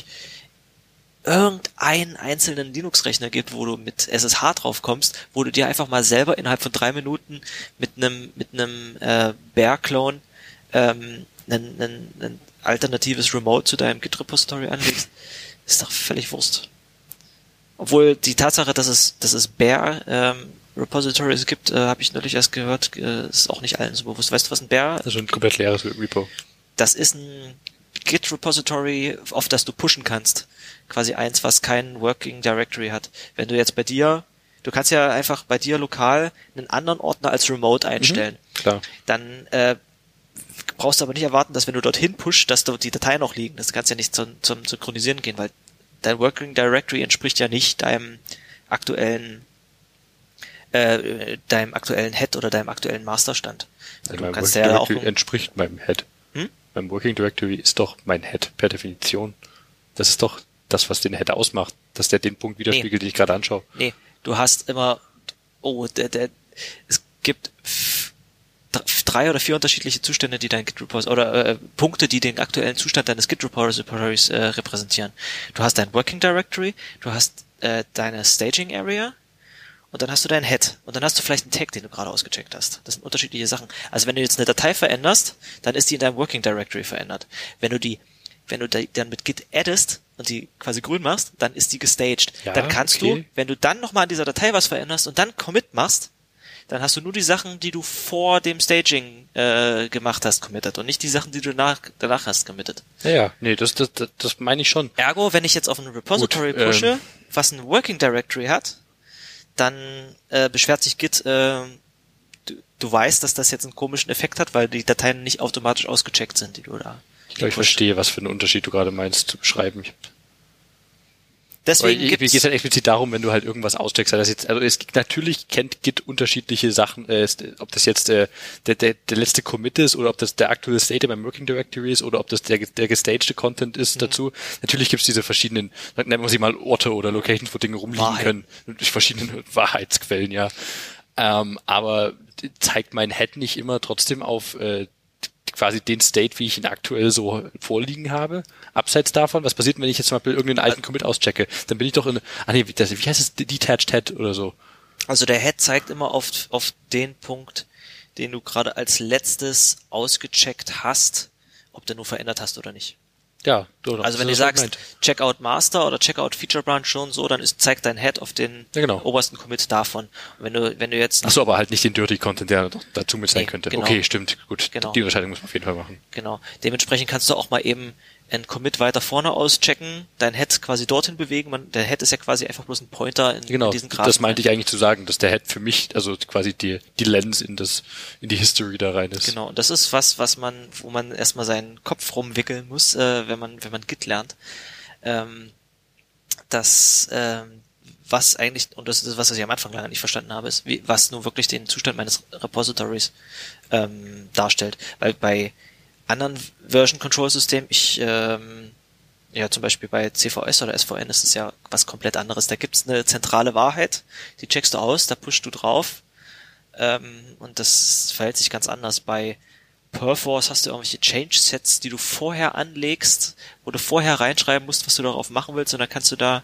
irgendeinen einzelnen Linux-Rechner gibt, wo du mit SSH drauf kommst, wo du dir einfach mal selber innerhalb von 3 Minuten mit einem Bear-Clone ein alternatives Remote zu deinem Git-Repository anlegst, ist doch völlig Wurst. Obwohl die Tatsache, dass es Bear Repositories gibt, habe ich neulich erst gehört, ist auch nicht allen so bewusst. Weißt du, was ein Bear? Das ist ein komplett leeres Repo. Das ist ein Git-Repository, auf das du pushen kannst. Quasi eins, was kein Working Directory hat. Wenn du jetzt du kannst ja einfach bei dir lokal einen anderen Ordner als Remote einstellen. Klar. Dann brauchst du aber nicht erwarten, dass wenn du dorthin pushst, dass dort die Dateien noch liegen. Das kannst ja nicht zum Synchronisieren gehen, weil dein Working Directory entspricht ja nicht deinem aktuellen deinem aktuellen Head oder deinem aktuellen Masterstand. Also mein Working Directory entspricht meinem Head. Mein Working Directory ist doch mein Head per Definition. Das ist doch das, was den Head ausmacht, dass der den Punkt widerspiegelt, den ich gerade anschaue. Nee, du hast immer, es gibt 3 oder 4 unterschiedliche Zustände, die dein Git-Repository, oder Punkte, die den aktuellen Zustand deines Git-Repositories repräsentieren. Du hast dein Working Directory, du hast deine Staging Area und dann hast du dein Head und dann hast du vielleicht einen Tag, den du gerade ausgecheckt hast. Das sind unterschiedliche Sachen. Also wenn du jetzt eine Datei veränderst, dann ist die in deinem Working Directory verändert. Wenn du die dann mit Git addest und die quasi grün machst, dann ist die gestaged. Ja, dann kannst du, wenn du dann nochmal an dieser Datei was veränderst und dann Commit machst, dann hast du nur die Sachen, die du vor dem Staging gemacht hast, committed und nicht die Sachen, die du danach hast committed. Ja, nee, das meine ich schon. Ergo, wenn ich jetzt auf ein Repository pushe, was ein Working Directory hat, dann beschwert sich Git, du weißt, dass das jetzt einen komischen Effekt hat, weil die Dateien nicht automatisch ausgecheckt sind, die du da. Ich glaube, ich verstehe, was für einen Unterschied du gerade meinst zu beschreiben. Deswegen mir geht es halt explizit darum, wenn du halt irgendwas auscheckst. Natürlich kennt Git unterschiedliche Sachen, ob das jetzt der letzte Commit ist oder ob das der aktuelle State beim Working Directory ist oder ob das der gestagte Content ist dazu. Natürlich gibt es diese verschiedenen, nennen wir sie mal Orte oder Locations, wo Dinge rumliegen können. Durch verschiedene Wahrheitsquellen, ja. Aber zeigt mein Head nicht immer trotzdem auf quasi den State, wie ich ihn aktuell so vorliegen habe. Abseits davon, was passiert, wenn ich jetzt zum Beispiel irgendeinen alten Commit auschecke? Dann bin ich doch wie heißt es? Detached Head oder so. Also der Head zeigt immer auf den Punkt, den du gerade als letztes ausgecheckt hast, ob der nur verändert hast oder nicht. Ja, also wenn du sagst, Checkout Master oder Checkout Feature Branch schon so, dann zeigt dein Head auf den obersten Commit davon. Und wenn du jetzt... Achso, aber halt nicht den Dirty Content, der dazu mit sein könnte. Genau. Okay, stimmt, gut. Genau. Die Unterscheidung muss man auf jeden Fall machen. Genau. Dementsprechend kannst du auch mal eben einen Commit weiter vorne auschecken, dein Head quasi dorthin bewegen. Der Head ist ja quasi einfach bloß ein Pointer in diesen Graphen. Das meinte ich eigentlich zu sagen, dass der Head für mich, also quasi die Lens in die History da rein ist. Genau, und das ist wo man erstmal seinen Kopf rumwickeln muss, wenn man Git lernt. Was eigentlich, und das ist was ich am Anfang lange nicht verstanden habe, ist, was nur wirklich den Zustand meines Repositories darstellt. Weil bei anderen Version Control Systemen, zum Beispiel bei CVS oder SVN ist es ja was komplett anderes. Da gibt's eine zentrale Wahrheit, die checkst du aus, da pushst du drauf, und das verhält sich ganz anders. Bei Perforce hast du irgendwelche Change-Sets, die du vorher anlegst, wo du vorher reinschreiben musst, was du darauf machen willst, und dann kannst du da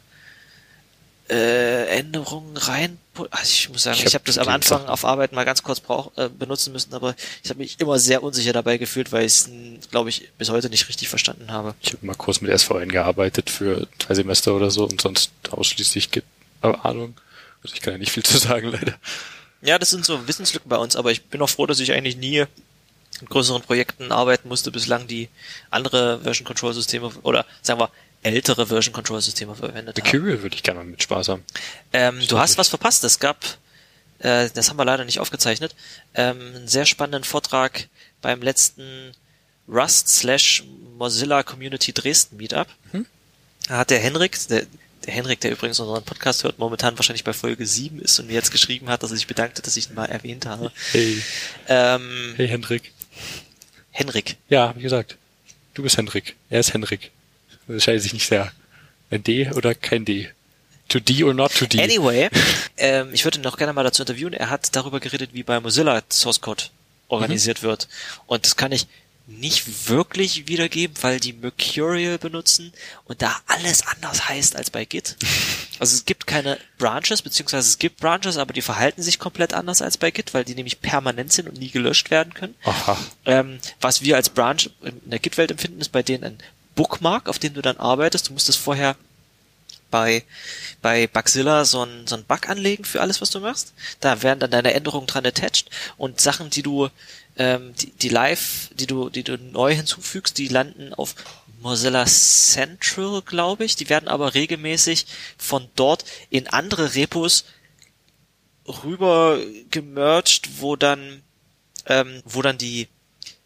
Änderungen rein. Also ich muss sagen, ich habe das am Anfang auf Arbeit mal ganz kurz benutzen müssen, aber ich habe mich immer sehr unsicher dabei gefühlt, weil ich es, glaube ich, bis heute nicht richtig verstanden habe. Ich habe mal kurz mit SVN gearbeitet für 2 Semester oder so und sonst ausschließlich Ahnung. Also ich kann ja nicht viel zu sagen, leider. Ja, das sind so Wissenslücken bei uns, aber ich bin auch froh, dass ich eigentlich nie in größeren Projekten arbeiten musste, bislang die andere Version Control Systeme oder sagen wir ältere Version Control Systeme verwendet haben. Mercurial würde ich gerne mal mit Spaß haben. Du hast was verpasst. Es gab, das haben wir leider nicht aufgezeichnet, einen sehr spannenden Vortrag beim letzten Rust/Mozilla Community Dresden Meetup. Da hat der Henrik, der übrigens unseren Podcast hört, momentan wahrscheinlich bei Folge 7 ist und mir jetzt geschrieben hat, dass er sich bedankte, dass ich ihn mal erwähnt habe. Hey. Hey Henrik. Henrik. Ja, hab ich gesagt. Du bist Henrik. Er ist Henrik. Das unterscheidet sich nicht sehr. Ein D oder kein D? To D or not to D? Anyway, ich würde ihn noch gerne mal dazu interviewen. Er hat darüber geredet, wie bei Mozilla Source Code organisiert wird. Und das kann ich nicht wirklich wiedergeben, weil die Mercurial benutzen und da alles anders heißt als bei Git. Also es gibt keine Branches, beziehungsweise es gibt Branches, aber die verhalten sich komplett anders als bei Git, weil die nämlich permanent sind und nie gelöscht werden können. Aha. Was wir als Branch in der Git-Welt empfinden, ist bei denen ein Bookmark, auf dem du dann arbeitest. Du musstest vorher bei Bugzilla so ein Bug anlegen für alles, was du machst. Da werden dann deine Änderungen dran attached und Sachen, die du die du neu hinzufügst, die landen auf Mozilla Central, glaube ich. Die werden aber regelmäßig von dort in andere Repos rüber gemerged, wo dann die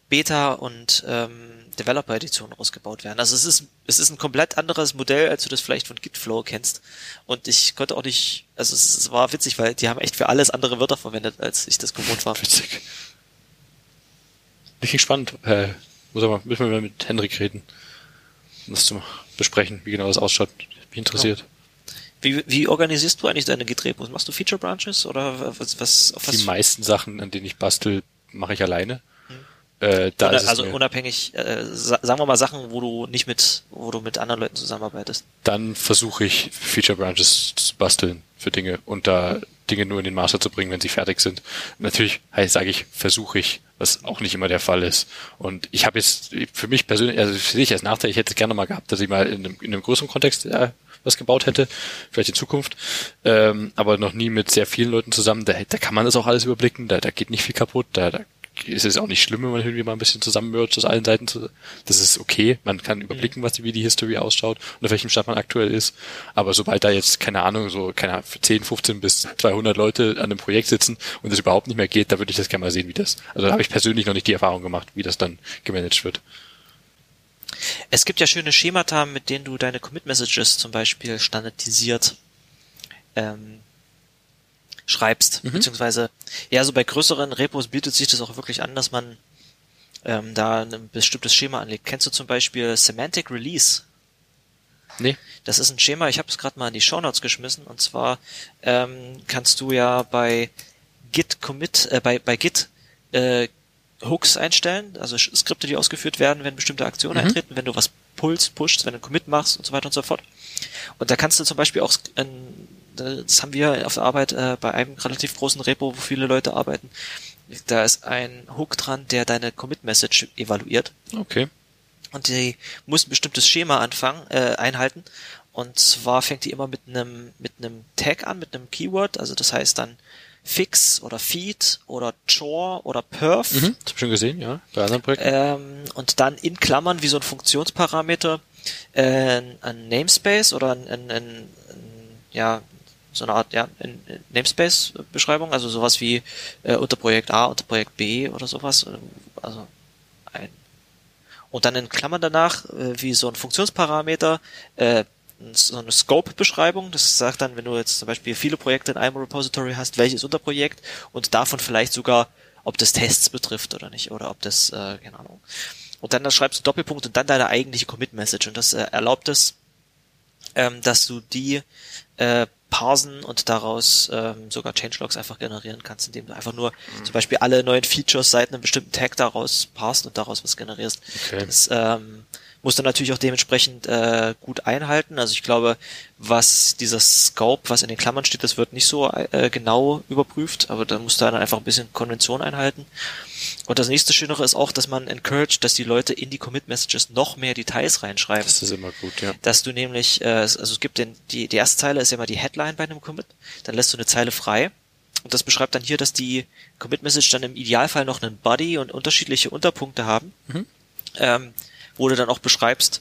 Beta und Developer-Editionen rausgebaut werden. Also es ist ein komplett anderes Modell, als du das vielleicht von Gitflow kennst. Und ich konnte auch nicht, also es war witzig, weil die haben echt für alles andere Wörter verwendet, als ich das gewohnt war. Witzig. Richtig spannend. Müssen wir mal mit Henrik reden, um das zu besprechen, wie genau das ausschaut. Mich interessiert. Wie organisierst du eigentlich deine Git-Repos? Machst du Feature Branches oder was? Die meisten Sachen, an denen ich bastel, mache ich alleine. Unabhängig, sagen wir mal Sachen, wo du mit anderen Leuten zusammenarbeitest. Dann versuche ich Feature Branches zu basteln für Dinge und da Dinge nur in den Master zu bringen, wenn sie fertig sind. Natürlich versuche ich, was auch nicht immer der Fall ist. Und ich habe jetzt für mich persönlich, also sehe ich als Nachteil, ich hätte es gerne mal gehabt, dass ich mal in einem größeren Kontext was gebaut hätte, vielleicht in Zukunft, aber noch nie mit sehr vielen Leuten zusammen. Da kann man das auch alles überblicken, da geht nicht viel kaputt, da ist es auch nicht schlimm, wenn man irgendwie mal ein bisschen zusammenmergt aus allen Seiten. Das ist okay. Man kann überblicken, wie die History ausschaut und auf welchem Stand man aktuell ist. Aber sobald da jetzt, 10, 15 bis 200 Leute an einem Projekt sitzen und es überhaupt nicht mehr geht, da würde ich das gerne mal sehen, wie das, also da habe ich persönlich noch nicht die Erfahrung gemacht, wie das dann gemanagt wird. Es gibt ja schöne Schemata, mit denen du deine Commit-Messages zum Beispiel standardisiert schreibst, beziehungsweise, ja, so bei größeren Repos bietet sich das auch wirklich an, dass man da ein bestimmtes Schema anlegt. Kennst du zum Beispiel Semantic Release? Nee. Das ist ein Schema, ich habe es gerade mal in die Shownotes geschmissen, und zwar kannst du ja bei Git Commit, bei Git Hooks einstellen, also Skripte, die ausgeführt werden, wenn bestimmte Aktionen eintreten, wenn du was pushst, wenn du einen Commit machst und so weiter und so fort. Und da kannst du zum Beispiel auch das haben wir auf der Arbeit bei einem relativ großen Repo, wo viele Leute arbeiten. Da ist ein Hook dran, der deine Commit-Message evaluiert. Okay. Und die muss ein bestimmtes Schema einhalten. Und zwar fängt die immer mit einem Tag an, mit einem Keyword. Also das heißt dann Fix oder Feed oder Chore oder Perf. Das habe ich schon gesehen, ja, bei anderen Projekten. Und dann in Klammern wie so ein Funktionsparameter ein Namespace oder so eine Art, Namespace-Beschreibung, also sowas wie Unterprojekt A, Unterprojekt B oder sowas. Und dann in Klammern danach wie so ein Funktionsparameter so eine Scope-Beschreibung. Das sagt dann, wenn du jetzt zum Beispiel viele Projekte in einem Repository hast, welches Unterprojekt und davon vielleicht sogar, ob das Tests betrifft oder nicht, oder ob das, keine Ahnung. Und dann schreibst du Doppelpunkt und dann deine eigentliche Commit-Message. Und das erlaubt es, dass du die parsen und daraus sogar Changelogs einfach generieren kannst, indem du einfach nur zum Beispiel alle neuen Features seit einem bestimmten Tag daraus parst und daraus was generierst. Okay. Das musst du natürlich auch dementsprechend gut einhalten. Also ich glaube, was dieser Scope, was in den Klammern steht, das wird nicht so genau überprüft, aber da musst du dann einfach ein bisschen Konvention einhalten. Und das nächste Schönere ist auch, dass man encouraged, dass die Leute in die Commit-Messages noch mehr Details reinschreiben. Das ist immer gut, ja. Dass du nämlich, also es gibt die erste Zeile ist ja immer die Headline bei einem Commit, dann lässt du eine Zeile frei und das beschreibt dann hier, dass die Commit-Message dann im Idealfall noch einen Body und unterschiedliche Unterpunkte haben, wo du dann auch beschreibst,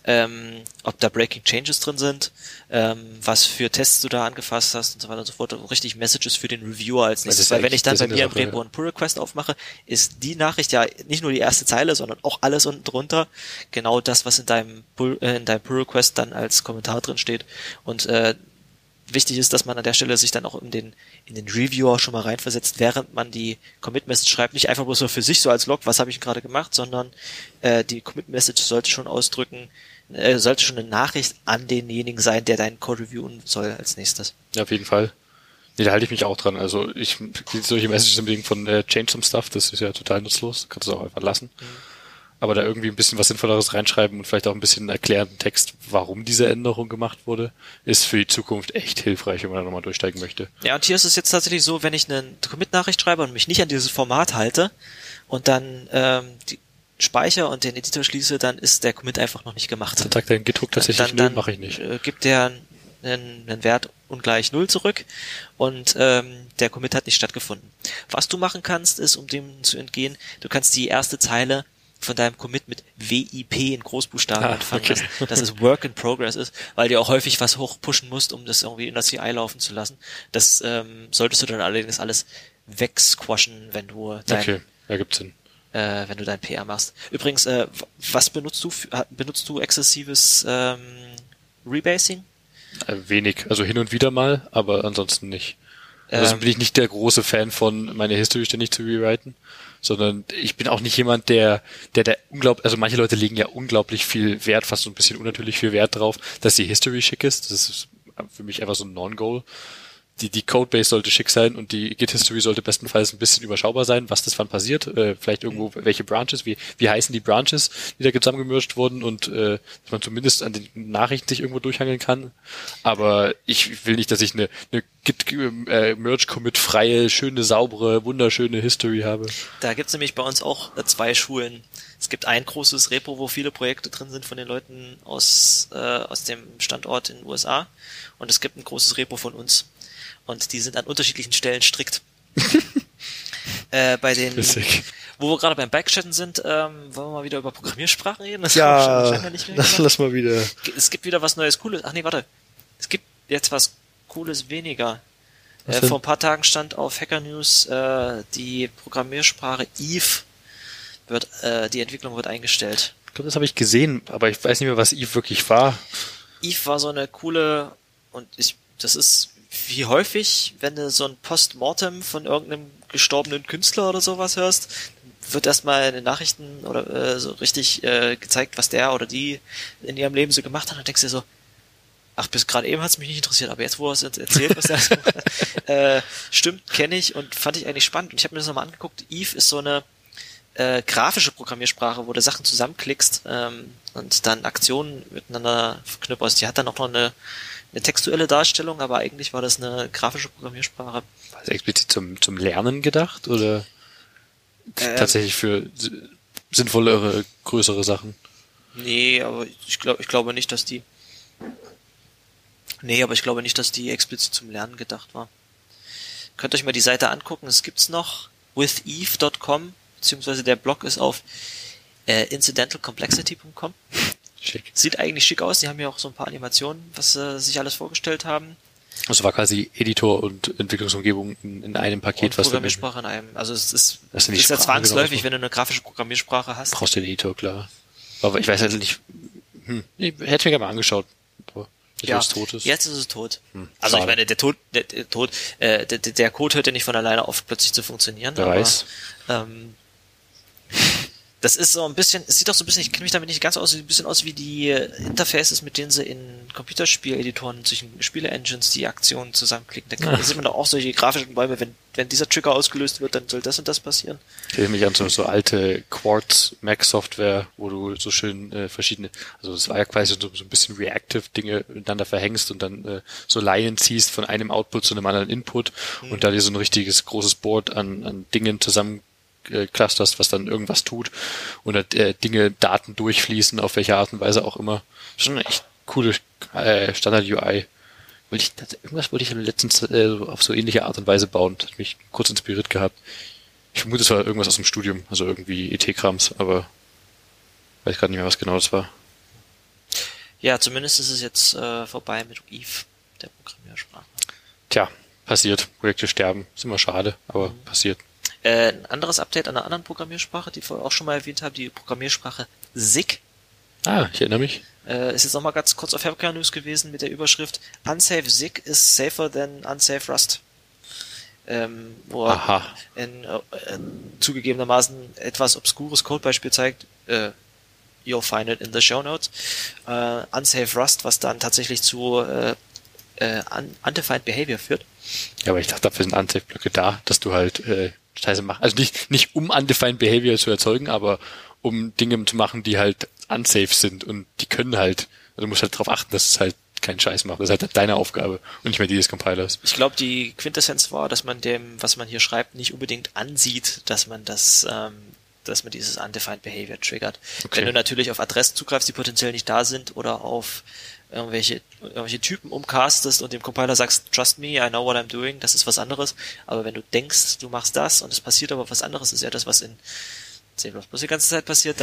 ob da Breaking Changes drin sind, was für Tests du da angefasst hast und so weiter und so fort, und richtig Messages für den Reviewer als nächstes. Weil wenn ich dann bei mir im Repo einen Pull-Request aufmache, ist die Nachricht ja nicht nur die erste Zeile, sondern auch alles unten drunter, genau das, was in deinem Pull-Request dann als Kommentar drin steht. Und wichtig ist, dass man an der Stelle sich dann auch in den Reviewer schon mal reinversetzt, während man die Commit-Message schreibt. Nicht einfach bloß so für sich so als Log, was habe ich gerade gemacht, sondern die Commit-Message sollte schon ausdrücken, sollte schon eine Nachricht an denjenigen sein, der deinen Code reviewen soll als nächstes. Ja, auf jeden Fall. Nee, da halte ich mich auch dran. Also solche Messages unbedingt von Change some stuff, das ist ja total nutzlos. Kannst du es auch einfach lassen. Aber da irgendwie ein bisschen was Sinnvolleres reinschreiben und vielleicht auch ein bisschen erklärenden Text, warum diese Änderung gemacht wurde, ist für die Zukunft echt hilfreich, wenn man da nochmal durchsteigen möchte. Ja, und hier ist es jetzt tatsächlich so, wenn ich eine Commit-Nachricht schreibe und mich nicht an dieses Format halte und dann die speichere und den Editor schließe, dann ist der Commit einfach noch nicht gemacht. Dann sagt der Git-Hook tatsächlich, nö, mache ich nicht. Gibt der einen Wert ungleich 0 zurück und der Commit hat nicht stattgefunden. Was du machen kannst, ist, um dem zu entgehen, du kannst die erste Zeile von deinem Commit mit WIP in Großbuchstaben anfangen lassen, dass es Work in Progress ist, weil du auch häufig was hochpushen musst, um das irgendwie in der CI laufen zu lassen. Das solltest du dann allerdings alles wegsquashen, wenn du Okay, ja, gibt's Sinn. wenn du dein PR machst. Übrigens, was benutzt du? Benutzt du exzessives Rebasing? Wenig, also hin und wieder mal, aber ansonsten nicht. Also bin ich nicht der große Fan von, meine History ständig zu rewriten, sondern ich bin auch nicht jemand, der unglaublich, also manche Leute legen ja unglaublich viel Wert, fast so ein bisschen unnatürlich viel Wert drauf, dass die History schick ist. Das ist für mich einfach so ein Non-Goal. Die Codebase sollte schick sein und die Git-History sollte bestenfalls ein bisschen überschaubar sein, was das wann passiert, vielleicht irgendwo welche Branches, wie heißen die Branches, die da zusammengemerged wurden und dass man zumindest an den Nachrichten sich irgendwo durchhangeln kann. Aber ich will nicht, dass ich eine Git-Merge-Commit freie, schöne, saubere, wunderschöne History habe. Da gibt's nämlich bei uns auch zwei Schulen. Es gibt ein großes Repo, wo viele Projekte drin sind von den Leuten aus dem Standort in den USA und es gibt ein großes Repo von uns. Und die sind an unterschiedlichen Stellen strikt. Bei den, wo wir gerade beim Backchatten sind, wollen wir mal wieder über Programmiersprachen reden? Das lass mal wieder. Es gibt wieder was Neues, Cooles. Ach nee, warte. Es gibt jetzt was Cooles weniger. Vor ein paar Tagen stand auf Hacker News, die Programmiersprache Eve die Entwicklung wird eingestellt. Ich glaube, das habe ich gesehen, aber ich weiß nicht mehr, was Eve wirklich war. Eve war so eine coole, das ist wie häufig, wenn du so ein Postmortem von irgendeinem gestorbenen Künstler oder sowas hörst, wird erstmal in den Nachrichten oder so richtig gezeigt, was der oder die in ihrem Leben so gemacht hat, und denkst dir so, ach, bis gerade eben hat's mich nicht interessiert, aber jetzt, wo er es erzählt, was der so gemacht hat, stimmt, kenne ich und fand ich eigentlich spannend. Und ich habe mir das nochmal angeguckt. Eve ist so eine grafische Programmiersprache, wo du Sachen zusammenklickst und dann Aktionen miteinander verknüpfst. Die hat dann auch noch eine textuelle Darstellung, aber eigentlich war das eine grafische Programmiersprache. War das explizit zum Lernen gedacht oder tatsächlich für sinnvollere, größere Sachen? Nee, aber ich glaube nicht, dass die explizit zum Lernen gedacht war. Könnt euch mal die Seite angucken, es gibt's noch, witheve.com, beziehungsweise der Blog ist auf incidentalcomplexity.com. Schick. Sieht eigentlich schick aus, die haben ja auch so ein paar Animationen, was sich alles vorgestellt haben. Also war quasi Editor und Entwicklungsumgebung in einem Paket, und was Programmiersprache in einem. Also es ist ja zwangsläufig, genau, wenn du eine grafische Programmiersprache hast. Brauchst du den Editor, klar. Aber ich weiß halt nicht, ich hätte mir gerne mal angeschaut. Jetzt ist es tot. Also ich meine, der Code hört ja nicht von alleine auf, plötzlich zu funktionieren. Wer weiß. Das ist so ein bisschen, es sieht doch so ein bisschen, ich kenne mich damit nicht ganz aus, sieht ein bisschen aus wie die Interfaces, mit denen sie in Computerspiel-Editoren zwischen Spiele-Engines die Aktionen zusammenklicken. Da sieht man doch auch solche grafischen Bäume, wenn dieser Trigger ausgelöst wird, dann soll das und das passieren. Ich erinnere mich an so alte Quartz-Mac-Software, wo du so schön verschiedene, also das war ja quasi so ein bisschen Reactive-Dinge miteinander verhängst und dann so Leinen ziehst von einem Output zu einem anderen Input und da dir so ein richtiges großes Board an Dingen zusammen clusterst, was dann irgendwas tut und Daten durchfließen, auf welche Art und Weise auch immer. Schon eine echt coole Standard-UI. Irgendwas wollte ich letztens auf so ähnliche Art und Weise bauen. Das hat mich kurz inspiriert gehabt. Ich vermute, es war irgendwas aus dem Studium, also irgendwie ET-Krams, aber weiß gerade nicht mehr, was genau das war. Ja, zumindest ist es jetzt vorbei mit Eve, der Programmiersprache. Tja, passiert. Projekte sterben. Ist immer schade, aber passiert. Ein anderes Update an einer anderen Programmiersprache, die ich vorher auch schon mal erwähnt habe, die Programmiersprache SIG. Ich erinnere mich. Ist jetzt nochmal ganz kurz auf Hacker News gewesen mit der Überschrift Unsafe SIG is safer than unsafe Rust. Wo zugegebenermaßen etwas obskures Codebeispiel zeigt, you'll find it in the show notes. Unsafe Rust, was dann tatsächlich zu Undefined Behavior führt. Ja, aber ich dachte, dafür sind Unsafe-Blöcke da, dass du halt Scheiße machst. Also nicht um Undefined Behavior zu erzeugen, aber um Dinge zu machen, die halt unsafe sind und die können halt, also du musst halt darauf achten, dass es halt keinen Scheiß macht. Das ist halt deine Aufgabe und nicht mehr die des Compilers. Ich glaube, die Quintessenz war, dass man dem, was man hier schreibt, nicht unbedingt ansieht, dass man dieses Undefined Behavior triggert. Okay. Wenn du natürlich auf Adressen zugreifst, die potenziell nicht da sind, oder auf irgendwelche Typen umcastest und dem Compiler sagst, trust me, I know what I'm doing, das ist was anderes. Aber wenn du denkst, du machst das und es passiert aber was anderes, ist ja das, was in C++ die ganze Zeit passiert,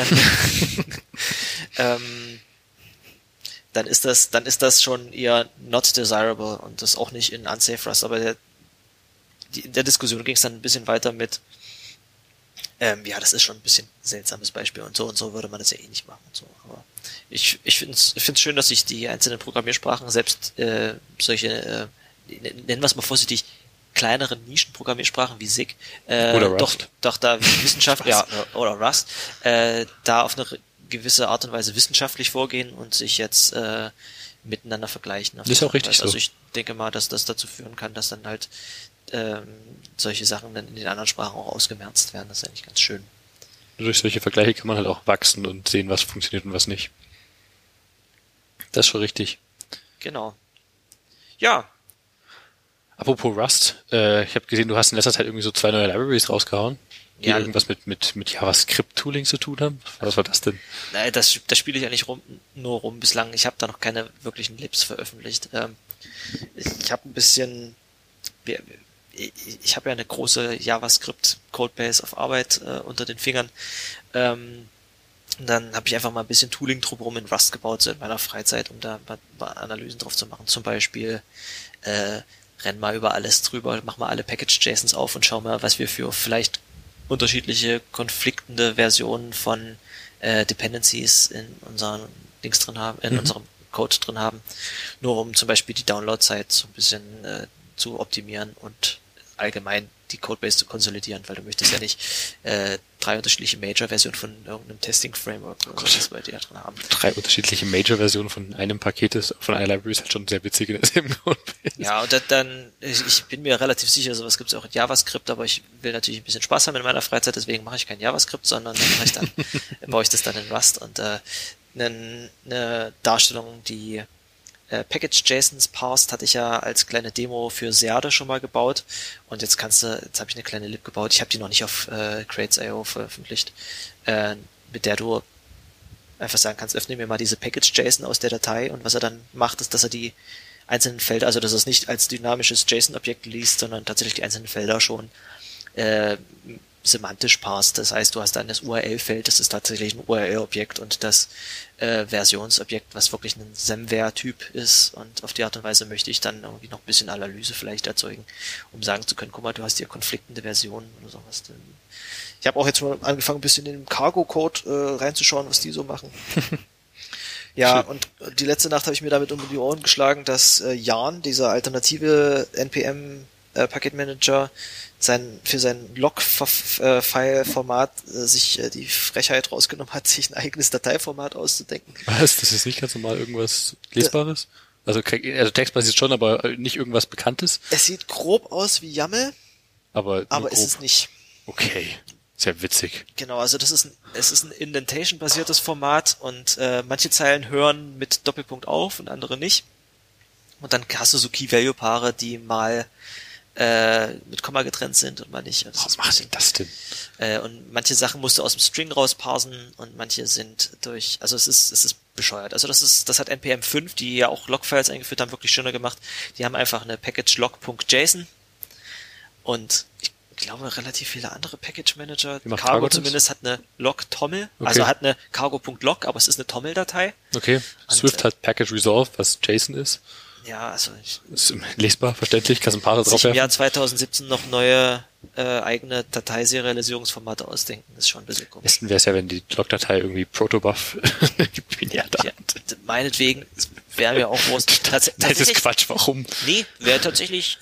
dann ist das schon eher not desirable und das auch nicht in unsafe Rust. Aber in der Diskussion ging es dann ein bisschen weiter mit Ja, das ist schon ein bisschen ein seltsames Beispiel und so würde man das ja eh nicht machen und so. Aber ich find's schön, dass sich die einzelnen Programmiersprachen selbst solche, nennen wir es mal vorsichtig, kleineren Nischenprogrammiersprachen wie SIG, Oder Rust. doch da Wissenschaft, ja, oder Rust, da auf eine gewisse Art und Weise wissenschaftlich vorgehen und sich jetzt miteinander vergleichen. Das ist auch richtig so. Also ich denke mal, dass das dazu führen kann, dass dann halt solche Sachen dann in den anderen Sprachen auch ausgemerzt werden. Das ist eigentlich ganz schön. Durch solche Vergleiche kann man halt auch wachsen und sehen, was funktioniert und was nicht. Das ist schon richtig. Genau. Ja. Apropos Rust, ich habe gesehen, du hast in letzter Zeit irgendwie so 2 neue Libraries rausgehauen, die irgendwas mit JavaScript-Tooling zu tun haben. Was war das denn? Nein, das spiele ich eigentlich nur rum bislang. Ich habe da noch keine wirklichen Libs veröffentlicht. Ich habe ein bisschen... Ich habe ja eine große JavaScript-Codebase auf Arbeit unter den Fingern. Dann habe ich einfach mal ein bisschen Tooling drumherum in Rust gebaut, so in meiner Freizeit, um da mal Analysen drauf zu machen. Zum Beispiel renn mal über alles drüber, mach mal alle Package-JSONs auf und schau mal, was wir für vielleicht unterschiedliche konfliktende Versionen von Dependencies in unseren Dings drin haben, in unserem Code drin haben. Nur um zum Beispiel die Download-Zeit so ein bisschen zu optimieren und allgemein die Codebase zu konsolidieren, weil du möchtest ja nicht 3 unterschiedliche Major-Versionen von irgendeinem Testing-Framework oder was bei dir drin haben. 3 unterschiedliche Major-Versionen von einem Paket von einer Library ist halt schon sehr witzig in derselben Codebase. Ja, und dann, ich bin mir relativ sicher, sowas gibt's auch in JavaScript, aber ich will natürlich ein bisschen Spaß haben in meiner Freizeit, deswegen mache ich kein JavaScript, sondern baue ich das dann in Rust und eine Darstellung, die Package.jsons parsed, hatte ich ja als kleine Demo für Serde schon mal gebaut und jetzt habe ich eine kleine Lib gebaut, ich habe die noch nicht auf Crates.io veröffentlicht, mit der du einfach sagen kannst, öffne mir mal diese Package.json aus der Datei und was er dann macht, ist, dass er die einzelnen Felder, also dass er es nicht als dynamisches JSON-Objekt liest, sondern tatsächlich die einzelnen Felder schon semantisch parsed. Das heißt, du hast dann das URL-Feld, das ist tatsächlich ein URL-Objekt und das Versionsobjekt, was wirklich ein Semver-Typ ist und auf die Art und Weise möchte ich dann irgendwie noch ein bisschen Analyse vielleicht erzeugen, um sagen zu können, guck mal, du hast hier konfliktende Versionen oder sowas. Ich habe auch jetzt mal angefangen, ein bisschen in den Cargo-Code reinzuschauen, was die so machen. Ja, und die letzte Nacht habe ich mir damit um die Ohren geschlagen, dass Yarn, dieser alternative NPM-Paketmanager, für sein Log-File-Format sich die Frechheit rausgenommen hat, sich ein eigenes Dateiformat auszudenken. Was? Das ist nicht ganz normal irgendwas Lesbares? Also textbasiert schon, aber nicht irgendwas Bekanntes? Es sieht grob aus wie YAML, aber ist es nicht. Okay, sehr witzig. Genau, also es ist ein Indentation-basiertes Format und manche Zeilen hören mit Doppelpunkt auf und andere nicht. Und dann hast du so Key-Value-Paare, die mal mit Komma getrennt sind und mal nicht. Was macht das denn? Und manche Sachen musst du aus dem String rausparsen und manche sind also es ist bescheuert. Also das hat NPM 5, die ja auch Logfiles eingeführt haben, wirklich schöner gemacht. Die haben einfach eine Package log.json und ich glaube relativ viele andere Package Manager. Cargo zumindest hat eine log-toml, okay. Also hat eine cargo.log, aber es ist eine toml-Datei. Okay. Swift hat Package Resolve, was JSON ist. Ja, also ist lesbar, verständlich, kannst ein paar drauf werfen. Im Jahr 2017 noch neue eigene Dateiserialisierungsformate ausdenken, ist schon ein bisschen komisch. Besten wäre es ja, wenn die Logdatei irgendwie Protobuf binär ja, meinetwegen wäre mir auch Wurst. Das ist Quatsch, warum? Nee, wäre tatsächlich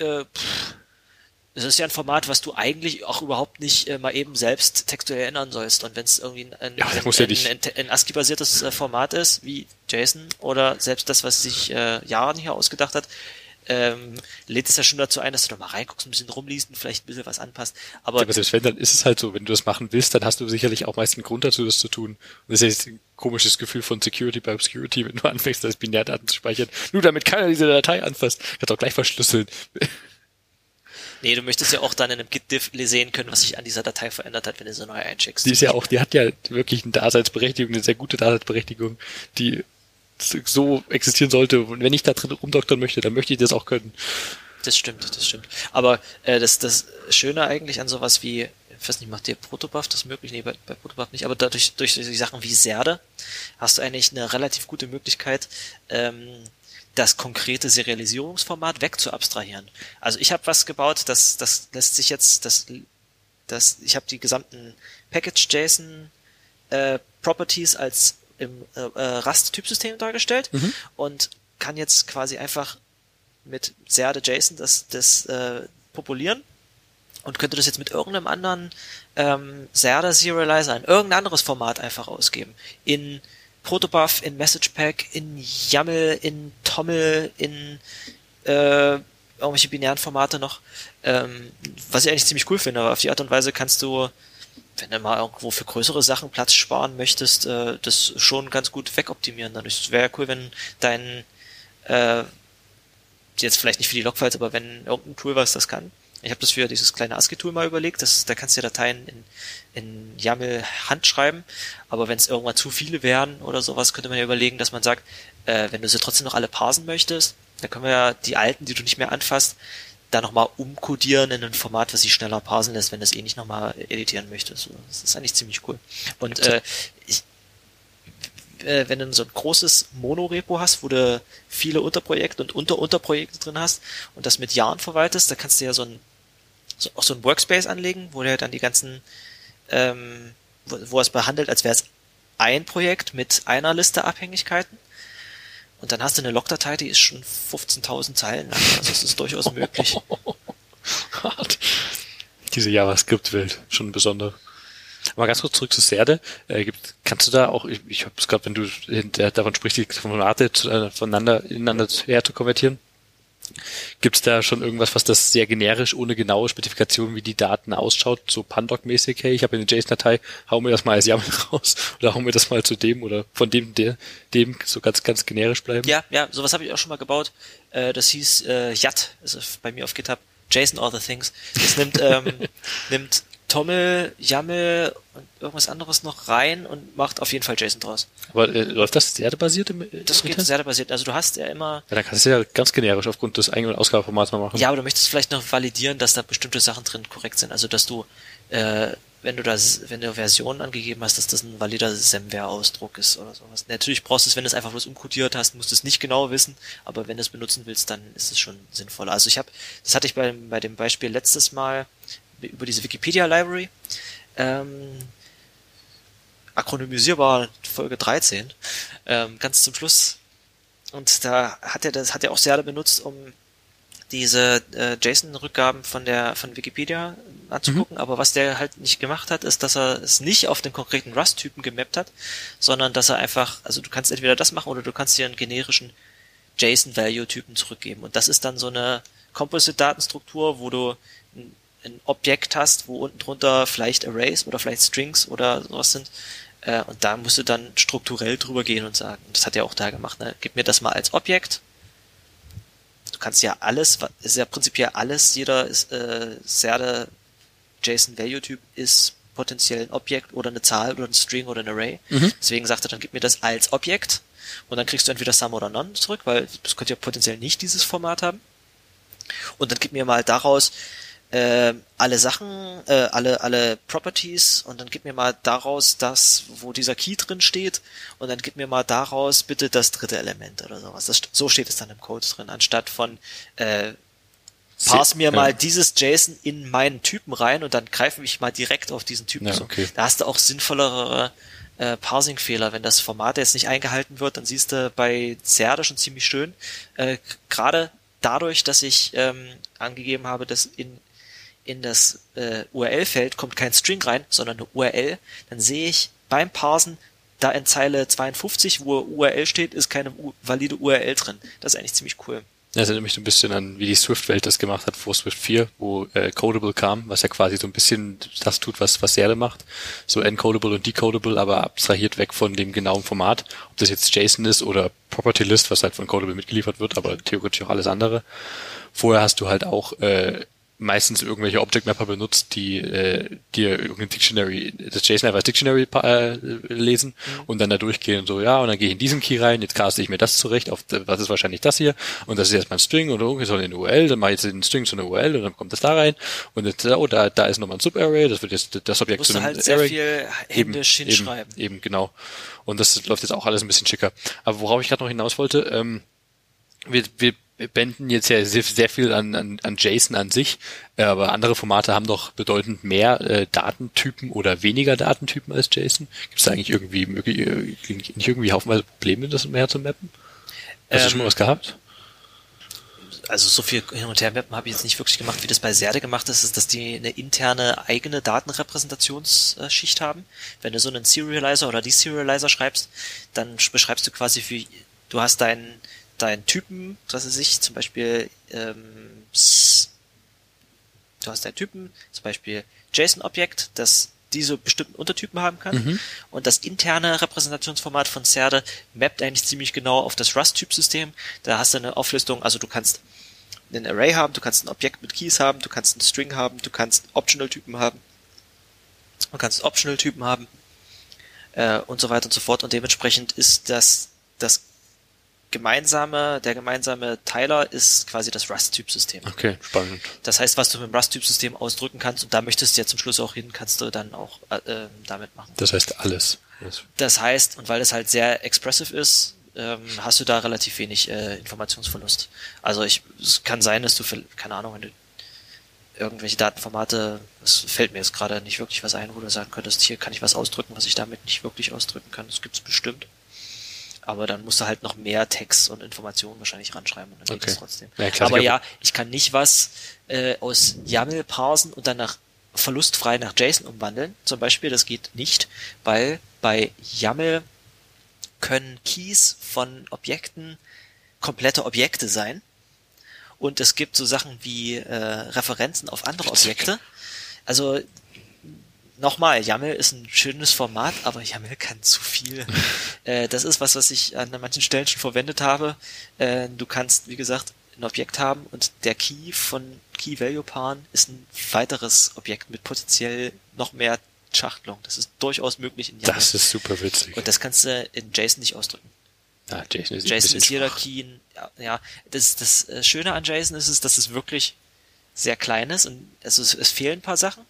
das ist ja ein Format, was du eigentlich auch überhaupt nicht mal eben selbst textuell ändern sollst. Und wenn es irgendwie ein ASCII-basiertes Format ist, wie JSON oder selbst das, was sich Jahren hier ausgedacht hat, lädt es ja schon dazu ein, dass du da mal reinguckst, ein bisschen rumliest und vielleicht ein bisschen was anpasst. Aber selbst wenn, dann ist es halt so, wenn du das machen willst, dann hast du sicherlich auch meist einen Grund dazu, das zu tun. Und das ist ja jetzt ein komisches Gefühl von Security by Obscurity, wenn du anfängst, als Binärdaten zu speichern. Nur damit keiner diese Datei anfasst. Kannst auch gleich verschlüsseln. Nee, du möchtest ja auch dann in einem Git-Diff sehen können, was sich an dieser Datei verändert hat, wenn du sie neu einschickst. Die hat ja wirklich eine Daseinsberechtigung, eine sehr gute Daseinsberechtigung, die so existieren sollte. Und wenn ich da drin rumdoktern möchte, dann möchte ich das auch können. Das stimmt. Aber das Schöne eigentlich an sowas wie, ich weiß nicht, macht dir Protobuf das möglich? Nee, bei Protobuf nicht, aber durch die Sachen wie Serde hast du eigentlich eine relativ gute Möglichkeit, das konkrete Serialisierungsformat wegzuabstrahieren. Also ich habe was gebaut, das lässt sich jetzt, das ich habe die gesamten Package.json Properties als im Rust-Typsystem dargestellt und kann jetzt quasi einfach mit Serde.json das populieren und könnte das jetzt mit irgendeinem anderen Serde Serializer in irgendein anderes Format einfach ausgeben. In Protobuf, in MessagePack, in YAML, in Toml, in irgendwelche binären Formate noch, was ich eigentlich ziemlich cool finde, aber auf die Art und Weise kannst du, wenn du mal irgendwo für größere Sachen Platz sparen möchtest, das schon ganz gut wegoptimieren. Dadurch wäre cool, wenn dein jetzt vielleicht nicht für die Logfiles, aber wenn irgendein Tool was das kann. Ich habe das für dieses kleine ASCII-Tool mal überlegt, da kannst du ja Dateien in YAML handschreiben, aber wenn es irgendwann zu viele wären oder sowas, könnte man ja überlegen, dass man sagt, wenn du sie trotzdem noch alle parsen möchtest, dann können wir ja die alten, die du nicht mehr anfasst, da nochmal umkodieren in ein Format, was sich schneller parsen lässt, wenn du es eh nicht nochmal editieren möchtest. Das ist eigentlich ziemlich cool. Und wenn du so ein großes Monorepo hast, wo du viele Unterprojekte und Unterprojekte drin hast und das mit Jahren verwaltest, da kannst du ja auch so ein Workspace anlegen, wo du dann die ganzen, wo es behandelt, als wäre es ein Projekt mit einer Liste Abhängigkeiten. Und dann hast du eine Logdatei, die ist schon 15.000 Zeilen lang. Also das ist durchaus möglich. Diese JavaScript-Welt, schon besonders. Aber ganz kurz zurück zu Serde. Kannst du da auch, ich habe es gerade, wenn du davon sprichst, die Formate ineinander her zu konvertieren, gibt es da schon irgendwas, was das sehr generisch, ohne genaue Spezifikation, wie die Daten ausschaut, so Pandoc-mäßig, hey, ich habe eine JSON-Datei, hau mir das mal als YAML raus oder hau mir das mal zu dem oder von dem so ganz, ganz generisch bleiben? Ja, sowas habe ich auch schon mal gebaut. Das hieß YAT, also bei mir auf GitHub, JSON All the Things. Das nimmt Toml, YAML und irgendwas anderes noch rein und macht auf jeden Fall JSON draus. Aber läuft das Serde-basiert? Das geht Serde-basiert. Also du hast ja immer... Ja, dann kannst du ja ganz generisch aufgrund des Ein- und Ausgabeformats mal machen. Ja, aber du möchtest vielleicht noch validieren, dass da bestimmte Sachen drin korrekt sind. Also dass du, wenn du Versionen angegeben hast, dass das ein valider Semware-Ausdruck ist oder sowas. Natürlich brauchst du es, wenn du es einfach bloß umkodiert hast, musst du es nicht genau wissen, aber wenn du es benutzen willst, dann ist es schon sinnvoll. Also das hatte ich bei dem Beispiel letztes Mal über diese Wikipedia-Library, akronymisierbar Folge 13, ganz zum Schluss. Und da hat er auch Serde benutzt, um diese JSON-Rückgaben von Wikipedia anzugucken, aber was der halt nicht gemacht hat, ist, dass er es nicht auf den konkreten Rust-Typen gemappt hat, sondern dass er einfach, also du kannst entweder das machen oder du kannst dir einen generischen JSON-Value-Typen zurückgeben. Und das ist dann so eine Composite-Datenstruktur, wo du ein Objekt hast, wo unten drunter vielleicht Arrays oder vielleicht Strings oder sowas sind. Und da musst du dann strukturell drüber gehen und sagen, das hat er auch da gemacht, ne? Gib mir das mal als Objekt. Du kannst ja alles, ist ja prinzipiell alles, jeder Serde JSON Value Typ ist potenziell ein Objekt oder eine Zahl oder ein String oder ein Array. Deswegen sagt er, dann gib mir das als Objekt und dann kriegst du entweder Some oder None zurück, weil das könnte ja potenziell nicht dieses Format haben. Und dann gib mir mal daraus alle Sachen, alle Properties und dann gib mir mal daraus das, wo dieser Key drin steht und dann gib mir mal daraus bitte das dritte Element oder sowas. So steht es dann im Code drin, anstatt von parse mir mal dieses JSON in meinen Typen rein und dann greife ich mal direkt auf diesen Typen zu. Okay. Da hast du auch sinnvollere Parsing-Fehler. Wenn das Format jetzt nicht eingehalten wird, dann siehst du bei Serde schon ziemlich schön, gerade dadurch, dass ich angegeben habe, dass in das URL-Feld kommt kein String rein, sondern eine URL, dann sehe ich beim Parsen, da in Zeile 52, wo URL steht, ist keine valide URL drin. Das ist eigentlich ziemlich cool. Das erinnert mich so ein bisschen an, wie die Swift-Welt das gemacht hat vor Swift 4, wo Codable kam, was ja quasi so ein bisschen das tut, was Serde macht. So encodable und decodable, aber abstrahiert weg von dem genauen Format. Ob das jetzt JSON ist oder Property List, was halt von Codable mitgeliefert wird, aber theoretisch auch alles andere. Vorher hast du halt auch meistens irgendwelche Object Mapper benutzt, die dir irgendein Dictionary, das JSON einfach als Dictionary lesen und dann da durchgehen und so, ja, und dann gehe ich in diesen Key rein, jetzt caste ich mir das zurecht, auf was ist wahrscheinlich das hier und das ist jetzt mein String oder irgendwie so eine URL, dann mache ich jetzt den String zu einer URL und dann kommt das da rein und jetzt, da ist nochmal ein Subarray, das wird jetzt das Objekt zu einem Array. Du musst halt sehr viel händisch hinschreiben. Eben, genau. Und das läuft jetzt auch alles ein bisschen schicker. Aber worauf ich gerade noch hinaus wollte, wir wenden jetzt ja sehr viel an JSON an sich, aber andere Formate haben doch bedeutend mehr Datentypen oder weniger Datentypen als JSON. Gibt es da eigentlich nicht irgendwie haufenweise Probleme, das mehr zu mappen? Hast du schon mal was gehabt? Also so viel Hin- und Her-Mappen habe ich jetzt nicht wirklich gemacht, wie das bei Serde gemacht ist, dass die eine interne eigene Datenrepräsentationsschicht haben. Wenn du so einen Serializer oder Deserializer schreibst, dann beschreibst du quasi du hast deinen Typen, was weiß ich, zum Beispiel du hast deinen Typen, zum Beispiel JSON-Objekt, das diese bestimmten Untertypen haben kann. Und das interne Repräsentationsformat von Serde mappt eigentlich ziemlich genau auf das Rust-Typsystem. Da hast du eine Auflistung, also du kannst einen Array haben, du kannst ein Objekt mit Keys haben, du kannst einen String haben, du kannst Optional-Typen haben, und so weiter und so fort. Und dementsprechend ist der gemeinsame Teiler ist quasi das Rust-Typsystem. Okay, spannend. Das heißt, was du mit dem Rust-Typsystem ausdrücken kannst, und da möchtest du ja zum Schluss auch hin, kannst du dann auch damit machen. Das heißt alles. Das heißt, und weil es halt sehr expressive ist, hast du da relativ wenig Informationsverlust. Also es kann sein, dass du, keine Ahnung, wenn du irgendwelche Datenformate, es fällt mir jetzt gerade nicht wirklich was ein, wo du sagen könntest, hier kann ich was ausdrücken, was ich damit nicht wirklich ausdrücken kann. Das gibt's bestimmt. Aber dann musst du halt noch mehr Text und Informationen wahrscheinlich ranschreiben und dann geht es trotzdem. Ja, klar, aber ja, ich kann nicht was aus YAML parsen und dann verlustfrei nach JSON umwandeln. Zum Beispiel, das geht nicht, weil bei YAML können Keys von Objekten komplette Objekte sein. Und es gibt so Sachen wie Referenzen auf andere Objekte. Also nochmal, YAML ist ein schönes Format, aber YAML kann zu viel. Das ist was ich an manchen Stellen schon verwendet habe. Du kannst, wie gesagt, ein Objekt haben und der Key von Key-Value-Paaren ist ein weiteres Objekt mit potenziell noch mehr Schachtelung. Das ist durchaus möglich in YAML. Das ist super witzig. Und das kannst du in JSON nicht ausdrücken. Ja, JSON ist jeder Key. Ja, das Schöne an JSON ist, dass es wirklich sehr klein ist und also es fehlen ein paar Sachen.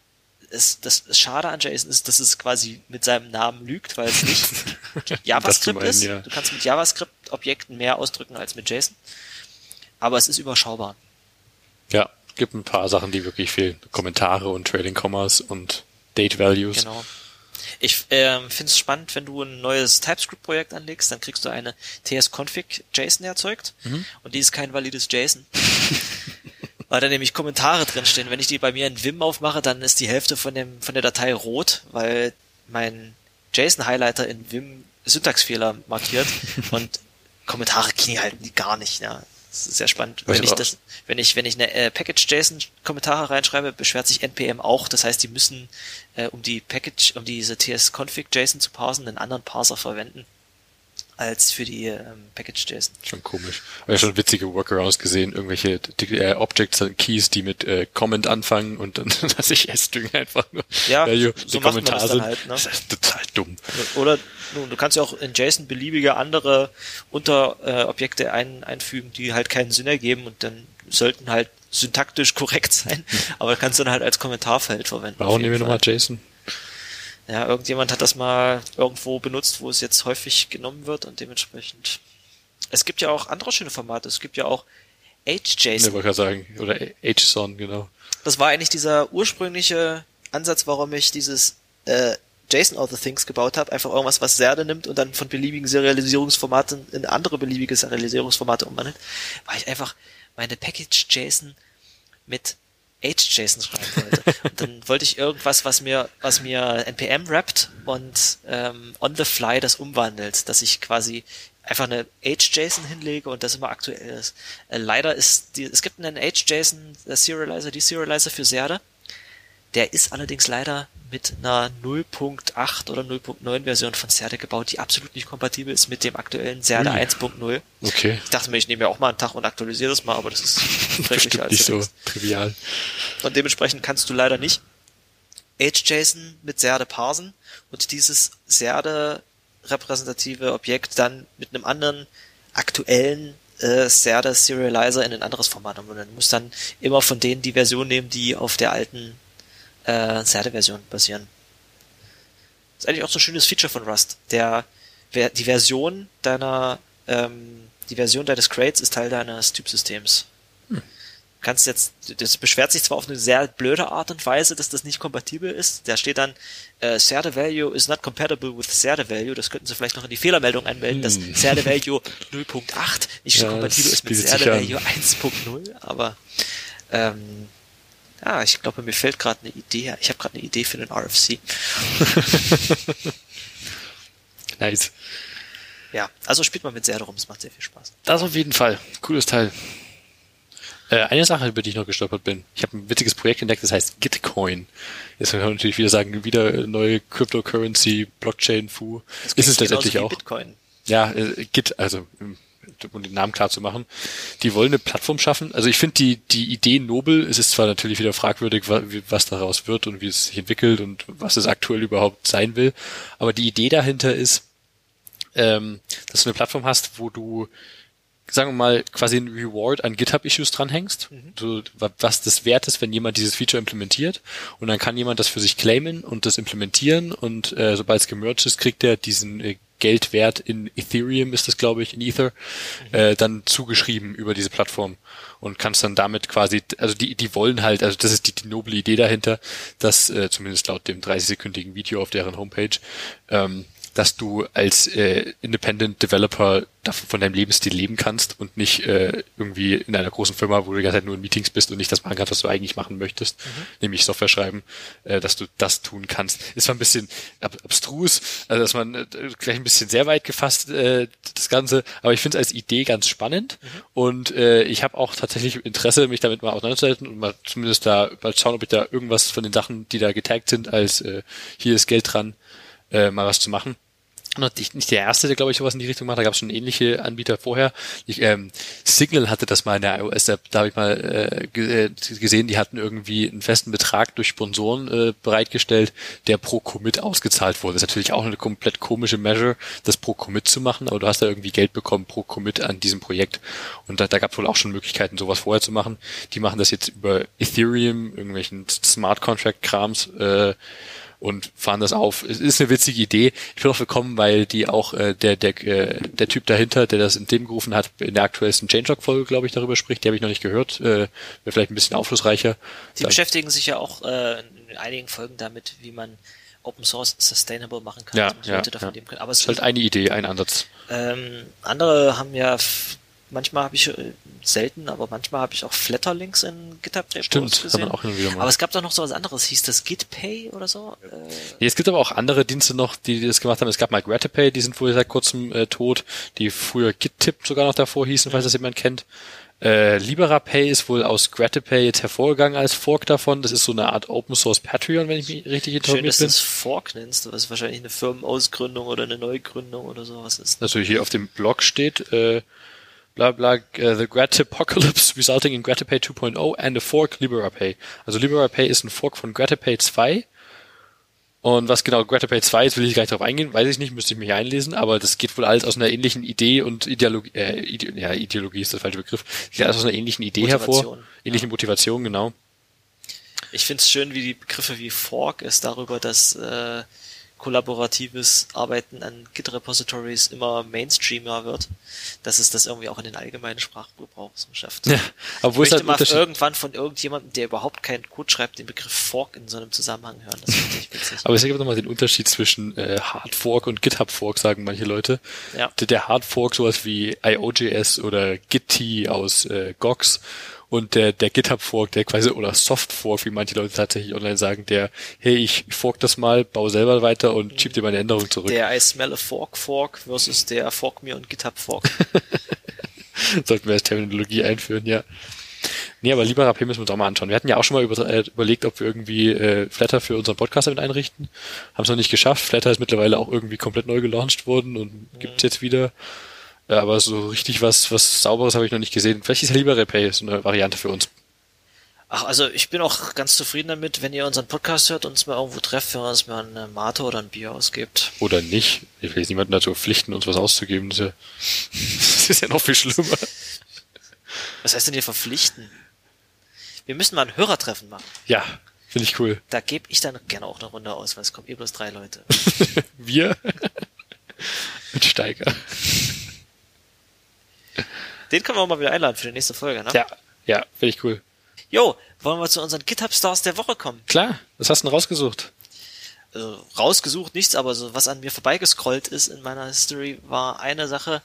Das Schade an JSON ist, dass es quasi mit seinem Namen lügt, weil es nicht JavaScript ist. Ja. Du kannst mit JavaScript-Objekten mehr ausdrücken als mit JSON. Aber es ist überschaubar. Ja, gibt ein paar Sachen, die wirklich fehlen. Kommentare und Trailing Commas und Date Values. Genau. Ich finde es spannend, wenn du ein neues TypeScript-Projekt anlegst, dann kriegst du eine tsconfig JSON erzeugt und die ist kein valides JSON. Weil da nämlich Kommentare drinstehen. Wenn ich die bei mir in Vim aufmache, dann ist die Hälfte von der Datei rot, weil mein JSON-Highlighter in Vim Syntaxfehler markiert und Kommentare halten die gar nicht. Ja. Das ist sehr spannend. Wenn ich eine Package.json-Kommentare reinschreibe, beschwert sich NPM auch. Das heißt, die müssen, um diese tsconfig.json zu parsen, einen anderen Parser verwenden als für die Package.json. Schon komisch. Aber ja, schon witzige Workarounds gesehen, irgendwelche Objects und Keys, die mit Comment anfangen und dann lasse ich S-String einfach nur Value, so die Kommentare sind. Halt, ne? Das ist total dumm. Oder du kannst ja auch in JSON beliebige andere Unterobjekte einfügen, die halt keinen Sinn ergeben und dann sollten halt syntaktisch korrekt sein, aber kannst du dann halt als Kommentarfeld verwenden. Warum nehmen wir nochmal JSON? Ja, irgendjemand hat das mal irgendwo benutzt, wo es jetzt häufig genommen wird und dementsprechend. Es gibt ja auch andere schöne Formate. Es gibt ja auch HJSON. Ich wollte gerade sagen, oder HSON, genau. Das war eigentlich dieser ursprüngliche Ansatz, warum ich dieses JSON All the Things gebaut habe. Einfach irgendwas, was Serde nimmt und dann von beliebigen Serialisierungsformaten in andere beliebige Serialisierungsformate umwandelt. Weil ich einfach meine Package.json mit HJSON schreiben wollte. Und dann wollte ich irgendwas, was mir NPM rappt und on the fly das umwandelt, dass ich quasi einfach eine HJSON hinlege und das immer aktuell ist. Leider es gibt einen HJSON Deserializer für Serde. Der ist allerdings leider mit einer 0.8 oder 0.9 Version von Serde gebaut, die absolut nicht kompatibel ist mit dem aktuellen Serde 1.0. Okay. Ich dachte mir, ich nehme ja auch mal einen Tag und aktualisiere das mal, aber das ist bestimmt nicht so trivial. Und dementsprechend kannst du leider nicht HJSON mit Serde parsen und dieses Serde repräsentative Objekt dann mit einem anderen aktuellen Serde Serializer in ein anderes Format umwandeln. Du musst dann immer von denen die Version nehmen, die auf der alten Serde-Version basieren. Das ist eigentlich auch so ein schönes Feature von Rust. Die Version deiner die Version deines Crates ist Teil deines Typsystems. Kannst jetzt, das beschwert sich zwar auf eine sehr blöde Art und Weise, dass das nicht kompatibel ist. Da steht dann, Serde Value is not compatible with Serde Value. Das könnten sie vielleicht noch in die Fehlermeldung anmelden, dass Serde Value 0.8 nicht so kompatibel ist mit Serde Value 1.0. Aber ich glaube, mir fällt gerade eine Idee. Ich habe gerade eine Idee für den RFC. Nice. Ja, also spielt mal mit Serde rum, es macht sehr viel Spaß. Das auf jeden Fall. Cooles Teil. Eine Sache, über die ich noch gestolpert bin. Ich habe ein witziges Projekt entdeckt, das heißt Gitcoin. Jetzt kann man natürlich wieder sagen, wieder neue Cryptocurrency, Blockchain-Fu. Ist es letztendlich auch. Bitcoin. Ja, Git, also um den Namen klar zu machen. Die wollen eine Plattform schaffen. Also ich finde die Idee nobel. Es ist zwar natürlich wieder fragwürdig, was daraus wird und wie es sich entwickelt und was es aktuell überhaupt sein will. Aber die Idee dahinter ist, dass du eine Plattform hast, wo du, sagen wir mal, quasi ein Reward an GitHub-Issues dranhängst, so, was das wert ist, wenn jemand dieses Feature implementiert, und dann kann jemand das für sich claimen und das implementieren, und sobald es gemerged ist, kriegt er diesen Geldwert in Ethereum, ist das, glaube ich, in Ether, dann zugeschrieben über diese Plattform, und kannst dann damit quasi, also die wollen halt, also das ist die noble Idee dahinter, dass zumindest laut dem 30-sekündigen Video auf deren Homepage, dass du als Independent Developer von deinem Lebensstil leben kannst und nicht irgendwie in einer großen Firma, wo du die ganze Zeit nur in Meetings bist und nicht das machen kannst, was du eigentlich machen möchtest, nämlich Software schreiben, dass du das tun kannst. Ist zwar ein bisschen abstrus, also dass man gleich ein bisschen sehr weit gefasst, das Ganze, aber ich finde es als Idee ganz spannend, und ich habe auch tatsächlich Interesse, mich damit mal auseinanderzusetzen und mal zumindest da mal schauen, ob ich da irgendwas von den Sachen, die da getaggt sind, als hier ist Geld dran, mal was zu machen. Und nicht der erste, der, glaube ich, sowas in die Richtung macht. Da gab es schon ähnliche Anbieter vorher. Signal hatte das mal in der iOS-App. Da habe ich mal gesehen, die hatten irgendwie einen festen Betrag durch Sponsoren bereitgestellt, der pro Commit ausgezahlt wurde. Das ist natürlich auch eine komplett komische Measure, das pro Commit zu machen, aber du hast da irgendwie Geld bekommen pro Commit an diesem Projekt. Und da gab es wohl auch schon Möglichkeiten, sowas vorher zu machen. Die machen das jetzt über Ethereum, irgendwelchen Smart Contract-Krams, und fahren das auf. Es ist eine witzige Idee. Ich bin auch willkommen, weil die auch der Typ dahinter, der das in dem gerufen hat, in der aktuellsten Changelog-Folge, glaube ich, darüber spricht. Die habe ich noch nicht gehört. Wäre vielleicht ein bisschen aufschlussreicher. Sie beschäftigen sich ja auch in einigen Folgen damit, wie man Open Source sustainable machen kann. Leute davon leben können. Aber es ist halt eine Idee, ein Ansatz. Andere haben ja manchmal habe ich selten, aber manchmal habe ich auch Flatterlinks in GitHub-Repos gesehen. Hat man auch hin und wieder mal. Aber es gab doch noch so was anderes. Hieß das GitPay oder so? Nee, es gibt aber auch andere Dienste noch, die das gemacht haben. Es gab mal Gratipay, die sind wohl seit kurzem tot, die früher GitTip sogar noch davor hießen, falls das jemand kennt. LiberaPay ist wohl aus Gratipay jetzt hervorgegangen als Fork davon. Das ist so eine Art Open Source Patreon, wenn ich mich richtig informiert bin. Schön, dass du das Fork nennst, was wahrscheinlich eine Firmenausgründung oder eine Neugründung oder sowas ist. Natürlich hier auf dem Blog steht, bla bla, the Gratipocalypse resulting in Gratipay 2.0 and a fork LiberaPay. Also LiberaPay ist ein Fork von Gratipay 2. Und was genau Gratipay 2 ist, will ich gar nicht drauf eingehen, weiß ich nicht, müsste ich mich einlesen, aber das geht wohl alles aus einer ähnlichen Idee und Ideologie, Ideologie ist der falsche Begriff, geht alles aus einer ähnlichen Idee hervor, ähnliche Motivation, genau. Ich finde es schön, wie die Begriffe wie Fork ist darüber, dass kollaboratives Arbeiten an Git-Repositories immer mainstreamer wird, dass es das irgendwie auch in den allgemeinen Sprachgebrauch so schafft. Ja, aber wo ich möchte mal irgendwann von irgendjemandem, der überhaupt keinen Code schreibt, den Begriff Fork in so einem Zusammenhang hören. Das finde ich witzig. Aber es gibt nochmal den Unterschied zwischen Hard Fork und GitHub Fork, sagen manche Leute. Ja. Der Hard Fork, sowas wie IOJS oder Git aus Gox, und der GitHub-Fork, der quasi, oder Soft-Fork, wie manche Leute tatsächlich online sagen, der, hey, ich fork das mal, baue selber weiter und schieb dir meine Änderung zurück. Der I smell a Fork versus der Fork me und GitHub-Fork. Sollten wir als Terminologie einführen, ja. Nee, aber LiberaPay müssen wir uns auch mal anschauen. Wir hatten ja auch schon mal überlegt, ob wir irgendwie Flatter für unseren Podcast damit einrichten. Haben es noch nicht geschafft. Flatter ist mittlerweile auch irgendwie komplett neu gelauncht worden und gibt's jetzt wieder. Ja, aber so richtig was Sauberes habe ich noch nicht gesehen. Vielleicht ist LiberaPay so eine Variante für uns. Ach, also ich bin auch ganz zufrieden damit, wenn ihr unseren Podcast hört und uns mal irgendwo trefft, wenn ihr uns mal eine Mate oder ein Bier ausgibt. Oder nicht. Ich will jetzt niemanden dazu verpflichten, uns was auszugeben. Das ist ja noch viel schlimmer. Was heißt denn hier verpflichten? Wir müssen mal ein Hörertreffen machen. Ja, finde ich cool. Da gebe ich dann gerne auch eine Runde aus, weil es kommen bloß 3 Leute. Wir? Mit Steiger. Den können wir auch mal wieder einladen für die nächste Folge, ne? Ja, finde ich cool. Jo, wollen wir zu unseren GitHub-Stars der Woche kommen? Klar, was hast du denn rausgesucht? Rausgesucht nichts, aber so was an mir vorbeigescrollt ist in meiner History war eine Sache.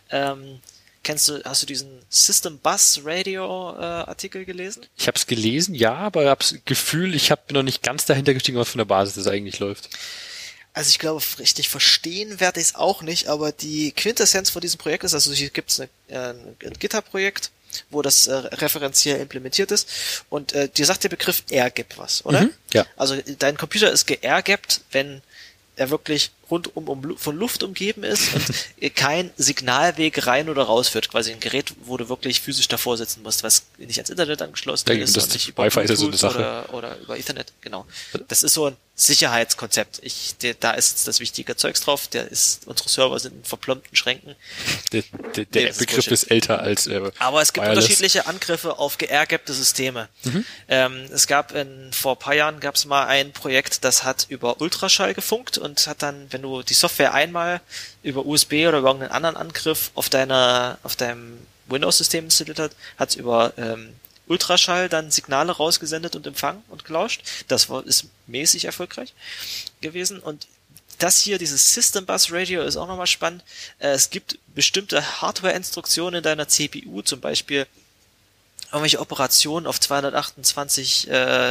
Hast du diesen System Bus Radio Artikel gelesen? Ich habe es gelesen, ja, aber habe das Gefühl, ich habe noch nicht ganz dahinter gestiegen, was von der Basis das eigentlich läuft. Also ich glaube, richtig verstehen werde ich es auch nicht, aber die Quintessenz von diesem Projekt ist, also hier gibt es ein GitHub-Projekt, wo das referenziell implementiert ist und dir sagt der Begriff airgap was, oder? Ja. Also dein Computer ist geairgapped, wenn er wirklich rundum von Luft umgeben ist und kein Signalweg rein oder raus führt. Quasi ein Gerät, wo du wirklich physisch davor sitzen musst, was nicht ans Internet angeschlossen ist und nicht über Wi-Fi ist ja so eine Sache. Oder über Ethernet, genau. Das ist so ein Sicherheitskonzept. Da ist das wichtige Zeugs drauf. Unsere Server sind in verplombten Schränken. Der Begriff ist älter als aber es gibt Wireless. unterschiedliche Angriffe auf geairgappte Systeme. Es gab vor ein paar Jahren gab es mal ein Projekt, das hat über Ultraschall gefunkt und hat dann, wenn du die Software einmal über USB oder über irgendeinen anderen Angriff auf deinem Windows-System installiert hat es über Ultraschall dann Signale rausgesendet und empfangen und gelauscht. Ist mäßig erfolgreich gewesen. Und das hier, dieses System Bus Radio, ist auch nochmal spannend. Es gibt bestimmte Hardware-Instruktionen in deiner CPU, zum Beispiel irgendwelche Operationen auf 228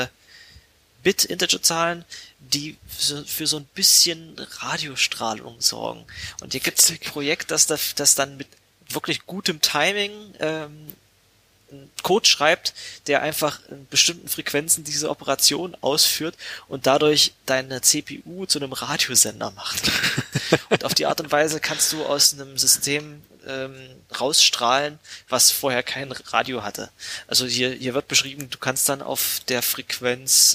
Bit Integerzahlen, die für so ein bisschen Radiostrahlung sorgen. Und hier gibt es ein Projekt, das dann mit wirklich gutem Timing einen Code schreibt, der einfach in bestimmten Frequenzen diese Operation ausführt und dadurch deine CPU zu einem Radiosender macht. Und auf die Art und Weise kannst du aus einem System rausstrahlen, was vorher kein Radio hatte. Also hier wird beschrieben, du kannst dann auf der Frequenz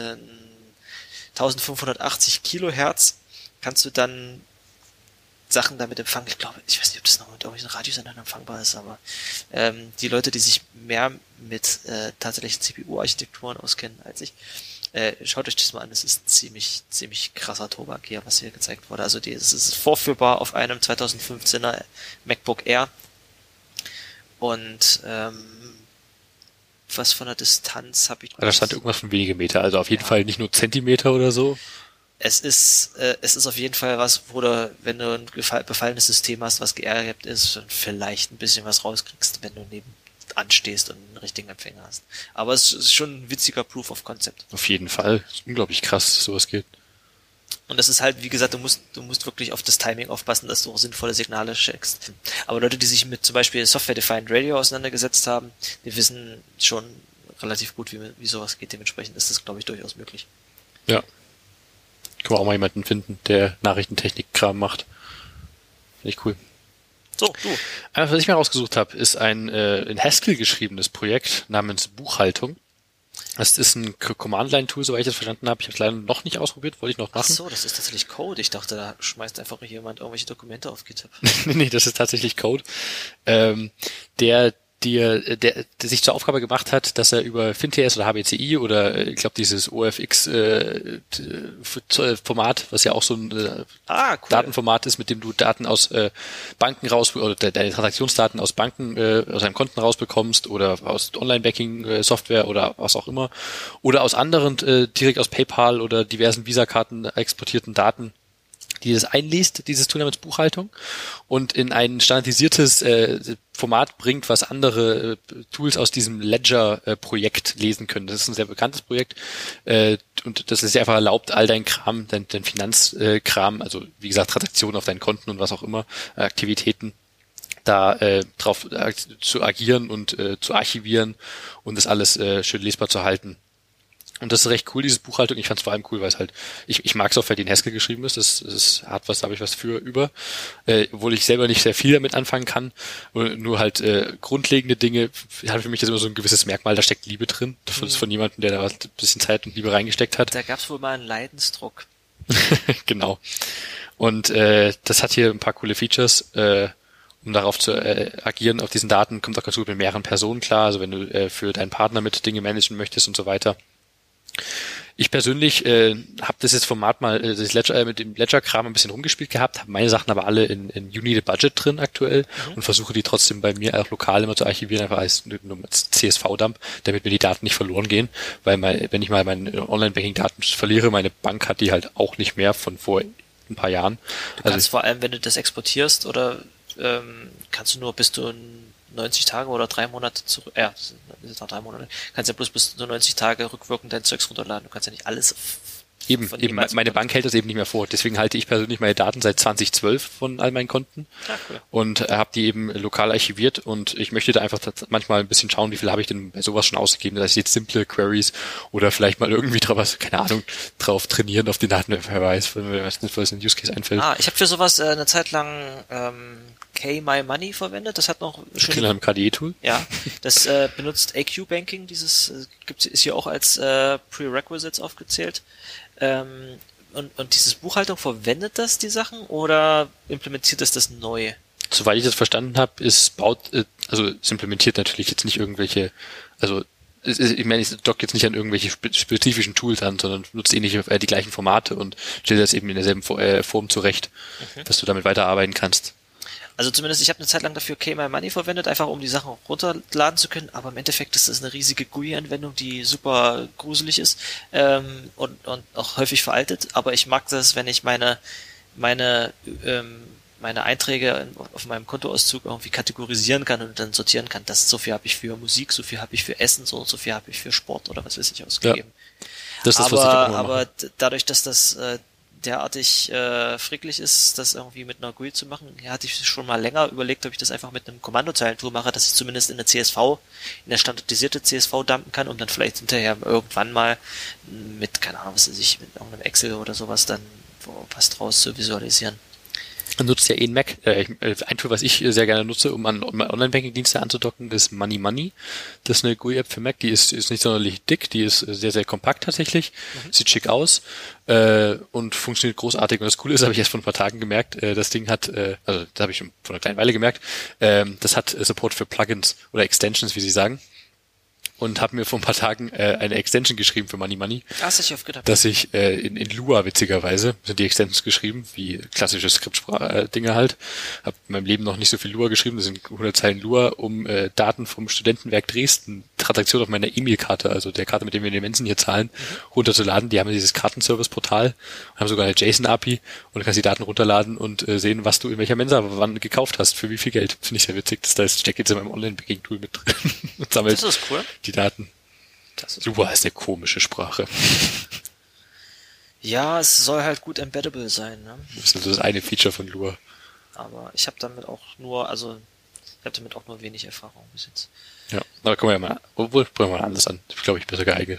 1580 Kilohertz kannst du dann Sachen damit empfangen. Ich weiß nicht, ob das noch mit irgendwelchen Radiosendern empfangbar ist, aber die Leute, die sich mehr mit tatsächlichen CPU-Architekturen auskennen als ich, schaut euch das mal an. Das ist ziemlich krasser Tobak hier, was hier gezeigt wurde. Also es ist vorführbar auf einem 2015er MacBook Air und was von der Distanz habe ich... Da stand irgendwas von wenige Meter, also auf jeden Fall nicht nur Zentimeter oder so. Es ist auf jeden Fall was, wo du, wenn du ein befallenes System hast, was geairgapped ist, vielleicht ein bisschen was rauskriegst, wenn du nebenan stehst und einen richtigen Empfänger hast. Aber es ist schon ein witziger Proof of Concept. Auf jeden Fall. Es ist unglaublich krass, dass sowas geht. Und das ist halt, wie gesagt, du musst wirklich auf das Timing aufpassen, dass du auch sinnvolle Signale checkst. Aber Leute, die sich mit zum Beispiel Software-Defined Radio auseinandergesetzt haben, die wissen schon relativ gut, wie sowas geht. Dementsprechend ist das, glaube ich, durchaus möglich. Ja. Können wir auch mal jemanden finden, der Nachrichtentechnik-Kram macht. Finde ich cool. So, du. Was ich mir rausgesucht habe, ist ein in Haskell geschriebenes Projekt namens Buchhaltung. Das ist ein Command-Line-Tool, soweit ich das verstanden habe. Ich habe es leider noch nicht ausprobiert, wollte ich noch machen. Ach so, das ist tatsächlich Code. Ich dachte, da schmeißt einfach jemand irgendwelche Dokumente auf GitHub. Nee, das ist tatsächlich Code. Der sich zur Aufgabe gemacht hat, dass er über FinTS oder HBCI oder ich glaube dieses OFX Format, was ja auch so ein cool. Datenformat ist, mit dem du Daten aus Banken oder deine Transaktionsdaten aus Banken, aus deinen Konten rausbekommst oder aus Online-Banking Software oder was auch immer oder aus anderen direkt aus PayPal oder diversen Visa-Karten exportierten Daten, die das einliest, dieses Tool namens Buchhaltung, und in ein standardisiertes Format bringt, was andere Tools aus diesem Ledger-Projekt lesen können. Das ist ein sehr bekanntes Projekt und das ist einfach erlaubt, all dein Kram, dein Finanzkram, also wie gesagt Transaktionen auf deinen Konten und was auch immer, Aktivitäten, da drauf zu agieren und zu archivieren und das alles schön lesbar zu halten. Und das ist recht cool, diese Buchhaltung. Ich fand es vor allem cool, weil es halt, ich mag Software, die in Haskell geschrieben ist. Das hat was, da habe ich was für über. Obwohl ich selber nicht sehr viel damit anfangen kann. Nur halt grundlegende Dinge hat für mich jetzt immer so ein gewisses Merkmal, da steckt Liebe drin. Das ist von jemandem, der da was, ein bisschen Zeit und Liebe reingesteckt hat. Da gab es wohl mal einen Leidensdruck. Genau. Und das hat hier ein paar coole Features. Um darauf zu agieren, auf diesen Daten, kommt auch ganz gut mit mehreren Personen klar. Also wenn du für deinen Partner mit Dinge managen möchtest und so weiter. Ich persönlich habe das jetzt Format mal das Ledger, mit dem Ledger-Kram ein bisschen rumgespielt gehabt, habe meine Sachen aber alle in You Need a Budget drin aktuell und versuche die trotzdem bei mir auch lokal immer zu archivieren, einfach als CSV-Dump, damit mir die Daten nicht verloren gehen, weil wenn ich mal meine Online-Banking-Daten verliere, meine Bank hat die halt auch nicht mehr von vor ein paar Jahren. Du kannst vor allem, wenn du das exportierst oder kannst du nur bis zu 90 Tage oder 3 Monate zurück, das sind noch 3 Monate, kannst ja bloß bis zu 90 Tage rückwirkend dein Zeugs runterladen. Du kannst ja nicht alles Eben, meine Bank hält das eben nicht mehr vor. Deswegen halte ich persönlich meine Daten seit 2012 von all meinen Konten und habe die eben lokal archiviert und ich möchte da einfach manchmal ein bisschen schauen, wie viel habe ich denn bei sowas schon ausgegeben. Das heißt jetzt simple Queries oder vielleicht mal irgendwie drauf trainieren auf den Daten, wer weiß, was ein Use Case einfällt. Ich habe für sowas eine Zeit lang KMyMoney verwendet. Das hat noch schön einem KDE-Tool. Ja, das benutzt AQ Banking. Dieses ist hier auch als Prerequisites aufgezählt. Und dieses Buchhaltung verwendet das die Sachen oder implementiert das neu? Soweit ich das verstanden habe, es implementiert natürlich jetzt nicht irgendwelche, ich meine, es dockt jetzt nicht an irgendwelche spezifischen Tools an, sondern nutzt die gleichen Formate und stellt das eben in derselben Form zurecht, dass du damit weiterarbeiten kannst. Also zumindest, ich habe eine Zeit lang dafür KMyMoney verwendet, einfach um die Sachen runterladen zu können, aber im Endeffekt ist das eine riesige GUI-Anwendung, die super gruselig ist und auch häufig veraltet, aber ich mag das, wenn ich meine Einträge auf meinem Kontoauszug irgendwie kategorisieren kann und dann sortieren kann, so viel habe ich für Musik, so viel habe ich für Essen, so viel habe ich für Sport oder was weiß ich ausgegeben. Ja, das ist, was ich auch aber dadurch, dass das derartig fricklich ist, das irgendwie mit einer GUI zu machen, hatte ich schon mal länger überlegt, ob ich das einfach mit einem Kommandozeilentool mache, dass ich zumindest in eine standardisierte CSV dumpen kann, um dann vielleicht hinterher irgendwann mal mit, keine Ahnung, was weiß ich, mit irgendeinem Excel oder sowas dann was draus zu visualisieren. Man nutzt ja Mac. Ein Tool, was ich sehr gerne nutze, um an Online-Banking-Dienste anzudocken, ist MoneyMoney. Das ist eine GUI-App für Mac, die ist nicht sonderlich dick, die ist sehr, sehr kompakt tatsächlich, sieht schick aus und funktioniert großartig. Und das Coole ist, habe ich erst vor ein paar Tagen gemerkt, das Ding hat, das habe ich schon vor einer kleinen Weile gemerkt, das hat Support für Plugins oder Extensions, wie sie sagen. Und habe mir vor ein paar Tagen eine Extension geschrieben für MoneyMoney. Dass ich in Lua witzigerweise sind die Extensions geschrieben, wie klassische Skriptsprache-Dinge halt. Habe in meinem Leben noch nicht so viel Lua geschrieben, das sind 100 Zeilen Lua, um Daten vom Studentenwerk Dresden, Transaktion auf meiner E-Mail-Karte, also der Karte, mit der wir die Mensen hier zahlen, runterzuladen. Die haben dieses Kartenservice-Portal und haben sogar eine JSON-API und du kannst die Daten runterladen und sehen, was du in welcher Mensa wann gekauft hast, für wie viel Geld. Finde ich sehr witzig, dass da steckt jetzt in meinem Online-Banking-Tool mit drin und sammelt. Das ist cool. Die Daten. Lua ist eine komische Sprache. Ja, es soll halt gut embeddable sein, ne? Das ist das eine Feature von Lua. Aber ich habe damit auch nur wenig Erfahrung bis jetzt. Ja, aber können wir ja mal, obwohl, bringen wir mal anders an. Das ist, glaube ich, besser geeignet.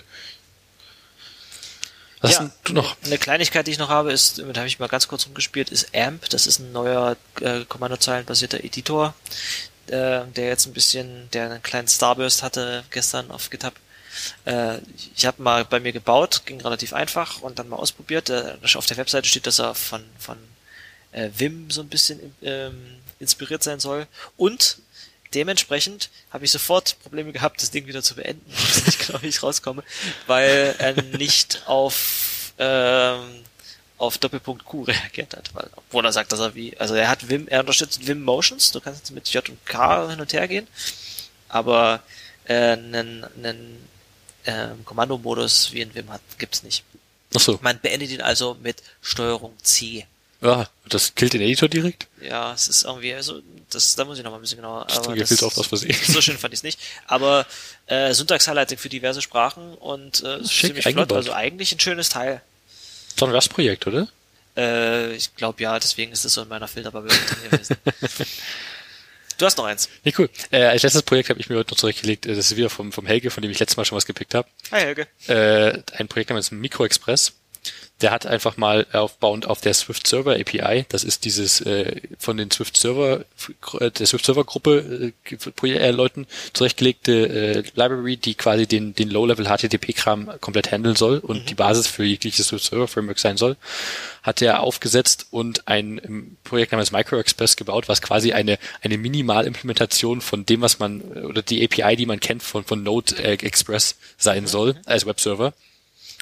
Was hast du noch? Eine Kleinigkeit, die ich noch habe, ist, damit habe ich mal ganz kurz rumgespielt, ist AMP. Das ist ein neuer Kommandozeilenbasierter Editor, der jetzt der einen kleinen Starburst hatte gestern auf GitHub. Ich habe mal bei mir gebaut, ging relativ einfach und dann mal ausprobiert. Auf der Webseite steht, dass er von Vim so ein bisschen inspiriert sein soll und dementsprechend habe ich sofort Probleme gehabt, das Ding wieder zu beenden. Ich weiß nicht genau, wie ich rauskomme, weil er nicht auf Doppelpunkt Q reagiert hat, obwohl er sagt, dass er unterstützt Vim Motions, du kannst jetzt mit J und K hin und her gehen, aber einen Kommandomodus wie in Vim gibt's nicht. Ach so. Man beendet ihn also mit Steuerung C. Ja, das killt den Editor direkt? Ja, es ist irgendwie, da muss ich noch mal ein bisschen genauer. So schön fand ich es nicht. Aber Syntax-Highlighting für diverse Sprachen und ist ziemlich flott, also eigentlich ein schönes Teil. Das ist doch ein Rust-Projekt, oder? Ich glaube ja, deswegen ist es so in meiner Filterbubble drin gewesen. Du hast noch eins. Nee, cool. Als letztes Projekt habe ich mir heute noch zurechtgelegt, das ist wieder vom Helge, von dem ich letztes Mal schon was gepickt habe. Hi Helge. Ein Projekt namens MicroExpress. Der hat einfach mal aufbauend auf der Swift Server API, das ist dieses von den Swift Server, der Swift Server Gruppe Leuten zurechtgelegte Library, die quasi den Low-Level HTTP-Kram komplett handeln soll und die Basis für jegliches Swift Server Framework sein soll, hat er aufgesetzt und ein Projekt namens MicroExpress gebaut, was quasi eine Minimalimplementation von dem, was man, oder die API, die man kennt von Node Express sein soll, als Webserver.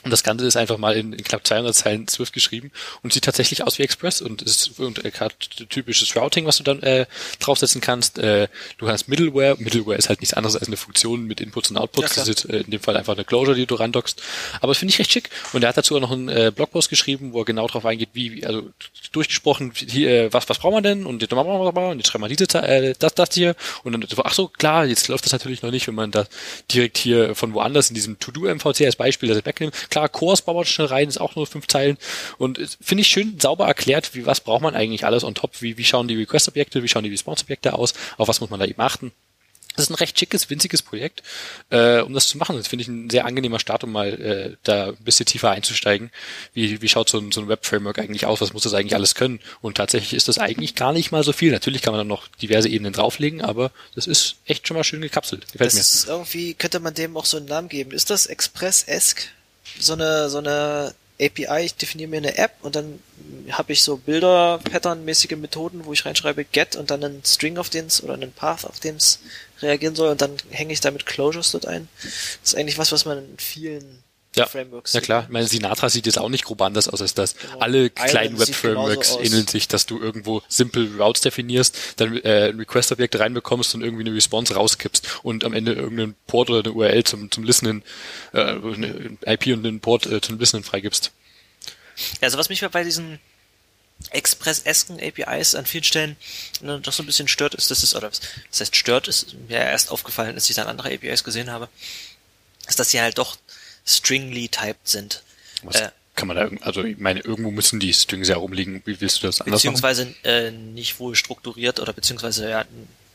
Und das Ganze ist einfach mal in knapp 200 Zeilen Swift geschrieben und sieht tatsächlich aus wie Express und ist hat typisches Routing, was du dann draufsetzen kannst. Du hast Middleware. Middleware ist halt nichts anderes als eine Funktion mit Inputs und Outputs. Ja, das ist in dem Fall einfach eine Closure, die du randockst. Aber das finde ich recht schick. Und er hat dazu auch noch einen Blogpost geschrieben, wo er genau drauf eingeht, also durchgesprochen, hier, was braucht man denn? Und jetzt schreibt man diese das hier. Und dann so, ach so, klar, jetzt läuft das natürlich noch nicht, wenn man da direkt hier von woanders in diesem To-Do-MVC als Beispiel das wegnimmt. Klar, Cores baut man schnell rein, ist auch nur 5 Zeilen. Und finde ich schön sauber erklärt, was braucht man eigentlich alles on top, wie schauen die Request-Objekte, wie schauen die Response-Objekte aus, auf was muss man da eben achten. Das ist ein recht schickes, winziges Projekt, um das zu machen. Das finde ich ein sehr angenehmer Start, um mal da ein bisschen tiefer einzusteigen. Wie schaut so ein Web-Framework eigentlich aus? Was muss das eigentlich alles können? Und tatsächlich ist das eigentlich gar nicht mal so viel. Natürlich kann man dann noch diverse Ebenen drauflegen, aber das ist echt schon mal schön gekapselt. Gefällt mir. Das ist irgendwie, könnte man dem auch so einen Namen geben. Ist das Express-esque? So eine API, ich definiere mir eine App und dann habe ich so Bilder-Pattern-mäßige Methoden, wo ich reinschreibe get und dann einen String auf den oder einen Path, auf den es reagieren soll und dann hänge ich damit Closures dort ein. Das ist eigentlich was man in vielen Frameworks sieht. Ja klar, ich meine, Sinatra sieht jetzt auch nicht grob anders aus als das. Genau. Alle kleinen Web-Frameworks ähneln sich, dass du irgendwo simple Routes definierst, dann ein Request-Objekt reinbekommst und irgendwie eine Response rauskippst und am Ende irgendeinen Port oder eine URL zum Listenen, eine IP und einen Port zum Listenen freigibst. Also was mich bei diesen Express-esken APIs an vielen Stellen doch so ein bisschen stört, ist, das heißt stört, ist mir erst aufgefallen, als ich dann andere APIs gesehen habe, ist, dass sie halt doch stringly typed sind. Was kann man da, also ich meine, irgendwo müssen die Strings ja rumliegen. Wie willst du das anders machen? Beziehungsweise nicht wohl strukturiert oder beziehungsweise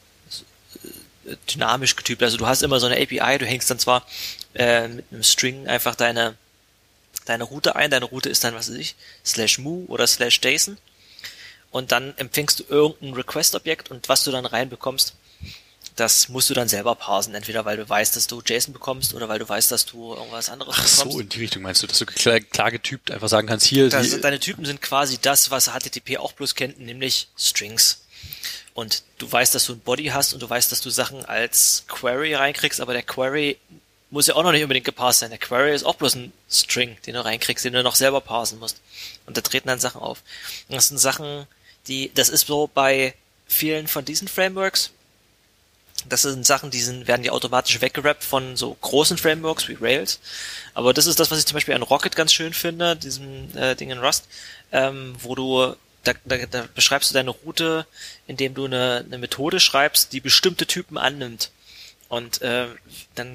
dynamisch getypt. Also du hast immer so eine API, du hängst dann zwar mit einem String einfach deine Route ein. Deine Route ist dann, was weiß ich, /mu oder /json. Und dann empfängst du irgendein Request-Objekt und was du dann reinbekommst, das musst du dann selber parsen. Entweder weil du weißt, dass du JSON bekommst oder weil du weißt, dass du irgendwas anderes bekommst. Ach so, in die Richtung meinst du, dass du klar getypt einfach sagen kannst, hier... Deine Typen sind quasi das, was HTTP auch bloß kennt, nämlich Strings. Und du weißt, dass du ein Body hast und du weißt, dass du Sachen als Query reinkriegst, aber der Query muss ja auch noch nicht unbedingt geparst sein. Der Query ist auch bloß ein String, den du reinkriegst, den du noch selber parsen musst. Und da treten dann Sachen auf. Und das sind Sachen, das ist so bei vielen von diesen Frameworks, das sind Sachen, werden die automatisch weggerappt von so großen Frameworks wie Rails. Aber das ist das, was ich zum Beispiel an Rocket ganz schön finde, diesem Ding in Rust, wo du da beschreibst du deine Route, indem du eine Methode schreibst, die bestimmte Typen annimmt. Und dann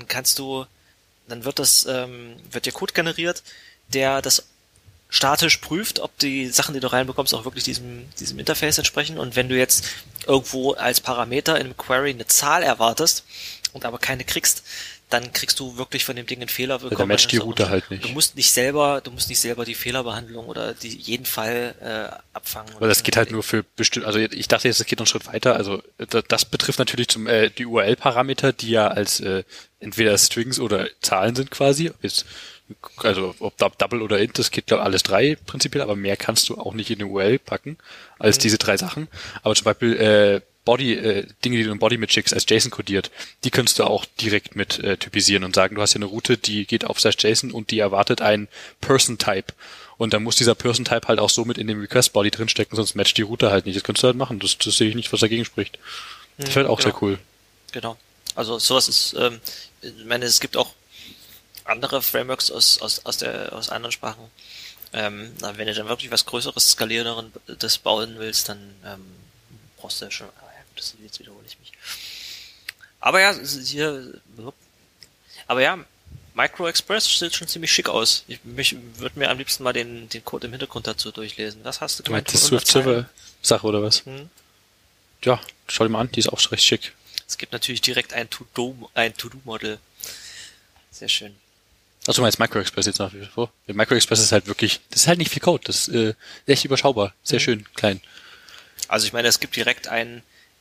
wird dir Code generiert, der das statisch prüft, ob die Sachen, die du reinbekommst, auch wirklich diesem Interface entsprechen. Und wenn du jetzt irgendwo als Parameter in einem Query eine Zahl erwartest und aber keine kriegst, dann kriegst du wirklich von dem Ding einen Fehler bekommen. Der matcht die Route halt nicht. Du musst nicht selber die Fehlerbehandlung oder jeden Fall abfangen. Aber das geht halt nur für bestimmt, also ich dachte jetzt, das geht noch einen Schritt weiter. Also das betrifft natürlich die URL-Parameter, die ja als entweder Strings oder Zahlen sind quasi. Also ob Double oder Int, das geht glaube ich alles 3 prinzipiell, aber mehr kannst du auch nicht in eine URL packen als diese 3 Sachen. Aber zum Beispiel Dinge, die du im Body mitschickst, als JSON kodiert, die kannst du auch direkt mit typisieren und sagen, du hast hier eine Route, die geht auf /JSON und die erwartet einen Person-Type. Und dann muss dieser Person-Type halt auch so mit in dem Request-Body drinstecken, sonst matcht die Route halt nicht. Das kannst du halt machen. Das sehe ich nicht, was dagegen spricht. Das ist halt auch sehr cool. Genau. Also sowas ist, ich meine, es gibt auch andere Frameworks aus anderen Sprachen. Wenn du dann wirklich was Größeres, Skalierendes bauen willst, dann brauchst du ja schon. Jetzt wiederhole ich mich. Aber ja, Micro Express sieht schon ziemlich schick aus. Ich würde mir am liebsten mal den Code im Hintergrund dazu durchlesen. Was hast du gemeint? Du meinst die Swift Server Sache oder was? Ja, schau dir mal an, die ist auch recht schick. Es gibt natürlich direkt ein To-Do-Model. Sehr schön. Also du meinst Micro Express jetzt nach wie vor? Micro Express ist halt wirklich, das ist halt nicht viel Code, das ist echt überschaubar, sehr schön, klein. Also ich meine, es gibt direkt ein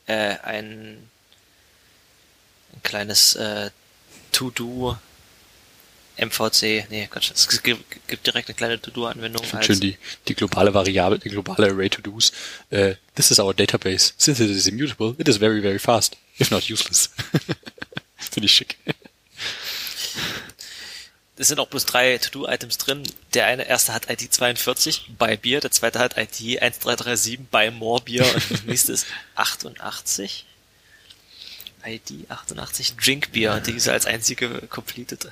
kleines To-Do MVC, es gibt direkt eine kleine To-Do-Anwendung. Ich finde schön die globale Variable, die globale Array To-Dos. This is our database. Since it is immutable, it is very, very fast, if not useless. Finde ich schick. es sind auch bloß 3 To-Do-Items drin. Der erste hat ID 42 bei Bier, der zweite hat ID 1337 bei More Bier und das nächste ist 88. ID 88 Drink Beer, die ist als einzige completed.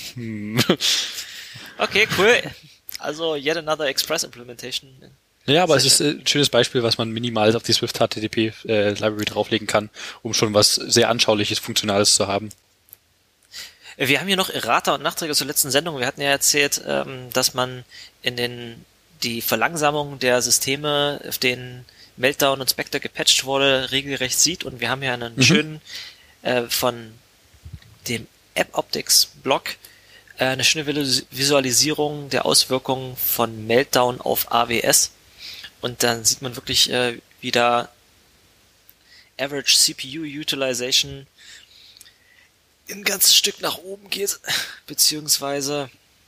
Okay, cool. Also yet another Express Implementation. Ja, aber es ist ein schönes Beispiel, was man minimal auf die Swift HTTP Library drauflegen kann, um schon was sehr Anschauliches, Funktionales zu haben. Wir haben hier noch Errata und Nachträge zur letzten Sendung. Wir hatten ja erzählt, dass man in die Verlangsamung der Systeme, auf denen Meltdown und Spectre gepatcht wurde, regelrecht sieht. Und wir haben ja einen schönen von dem AppOptics-Blog eine schöne Visualisierung der Auswirkungen von Meltdown auf AWS. Und dann sieht man wirklich, wie da Average CPU Utilization ein ganzes Stück nach oben geht, beziehungsweise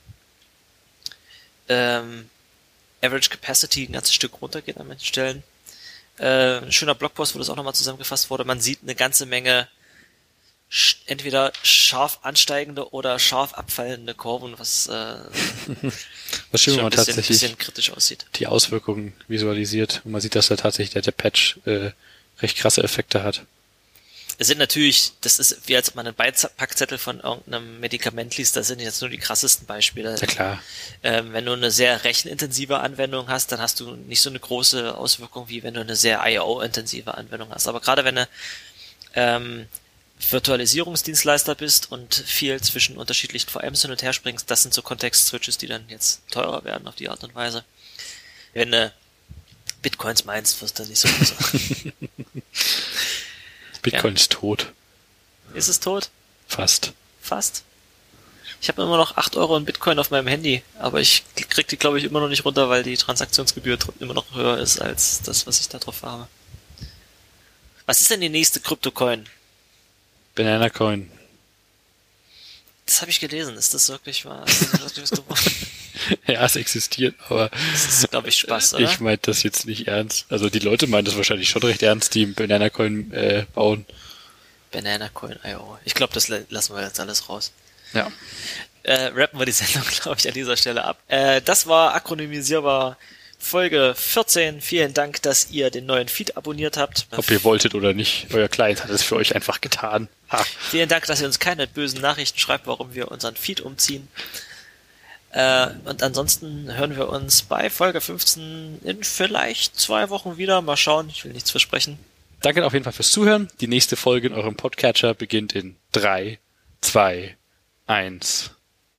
Average Capacity ein ganzes Stück runter geht an manchen Stellen. Ein schöner Blogpost, wo das auch nochmal zusammengefasst wurde. Man sieht eine ganze Menge entweder scharf ansteigende oder scharf abfallende Kurven, was schön, wenn man ein tatsächlich bisschen kritisch aussieht. Die Auswirkungen visualisiert und man sieht, dass da tatsächlich der Patch recht krasse Effekte hat. Es sind natürlich, das ist wie als ob man einen Beipackzettel von irgendeinem Medikament liest, das sind jetzt nur die krassesten Beispiele. Ja klar. Wenn du eine sehr rechenintensive Anwendung hast, dann hast du nicht so eine große Auswirkung, wie wenn du eine sehr IO-intensive Anwendung hast. Aber gerade wenn du Virtualisierungsdienstleister bist und viel zwischen unterschiedlichen VMs hin und her springst, das sind so Kontext-Switches, die dann jetzt teurer werden auf die Art und Weise. Wenn du Bitcoins meinst, wirst du nicht so groß. Bitcoin ist tot. Ist es tot? Fast. Ich habe immer noch 8 Euro in Bitcoin auf meinem Handy, aber ich krieg die, glaube ich, immer noch nicht runter, weil die Transaktionsgebühr immer noch höher ist als das, was ich da drauf habe. Was ist denn die nächste Kryptocoin? Banana Coin. Das habe ich gelesen. Ist das wirklich wahr? Ist das wirklich was geworden? Ja, es existiert, aber das ist, glaube ich, Spaß, oder? Ich meine das jetzt nicht ernst. Also die Leute meinen das wahrscheinlich schon recht ernst, die Banana Coin bauen. Banana Coin IO. Ich glaube, das lassen wir jetzt alles raus. Ja. Rappen wir die Sendung, glaube ich, an dieser Stelle ab. Das war akronymisierbar Folge 14. Vielen Dank, dass ihr den neuen Feed abonniert habt. Ob ihr wolltet oder nicht, euer Client hat es für euch einfach getan. Ha. Vielen Dank, dass ihr uns keine bösen Nachrichten schreibt, warum wir unseren Feed umziehen. Und ansonsten hören wir uns bei Folge 15 in vielleicht 2 Wochen wieder. Mal schauen, ich will nichts versprechen. Danke auf jeden Fall fürs Zuhören. Die nächste Folge in eurem Podcatcher beginnt in 3, 2, 1.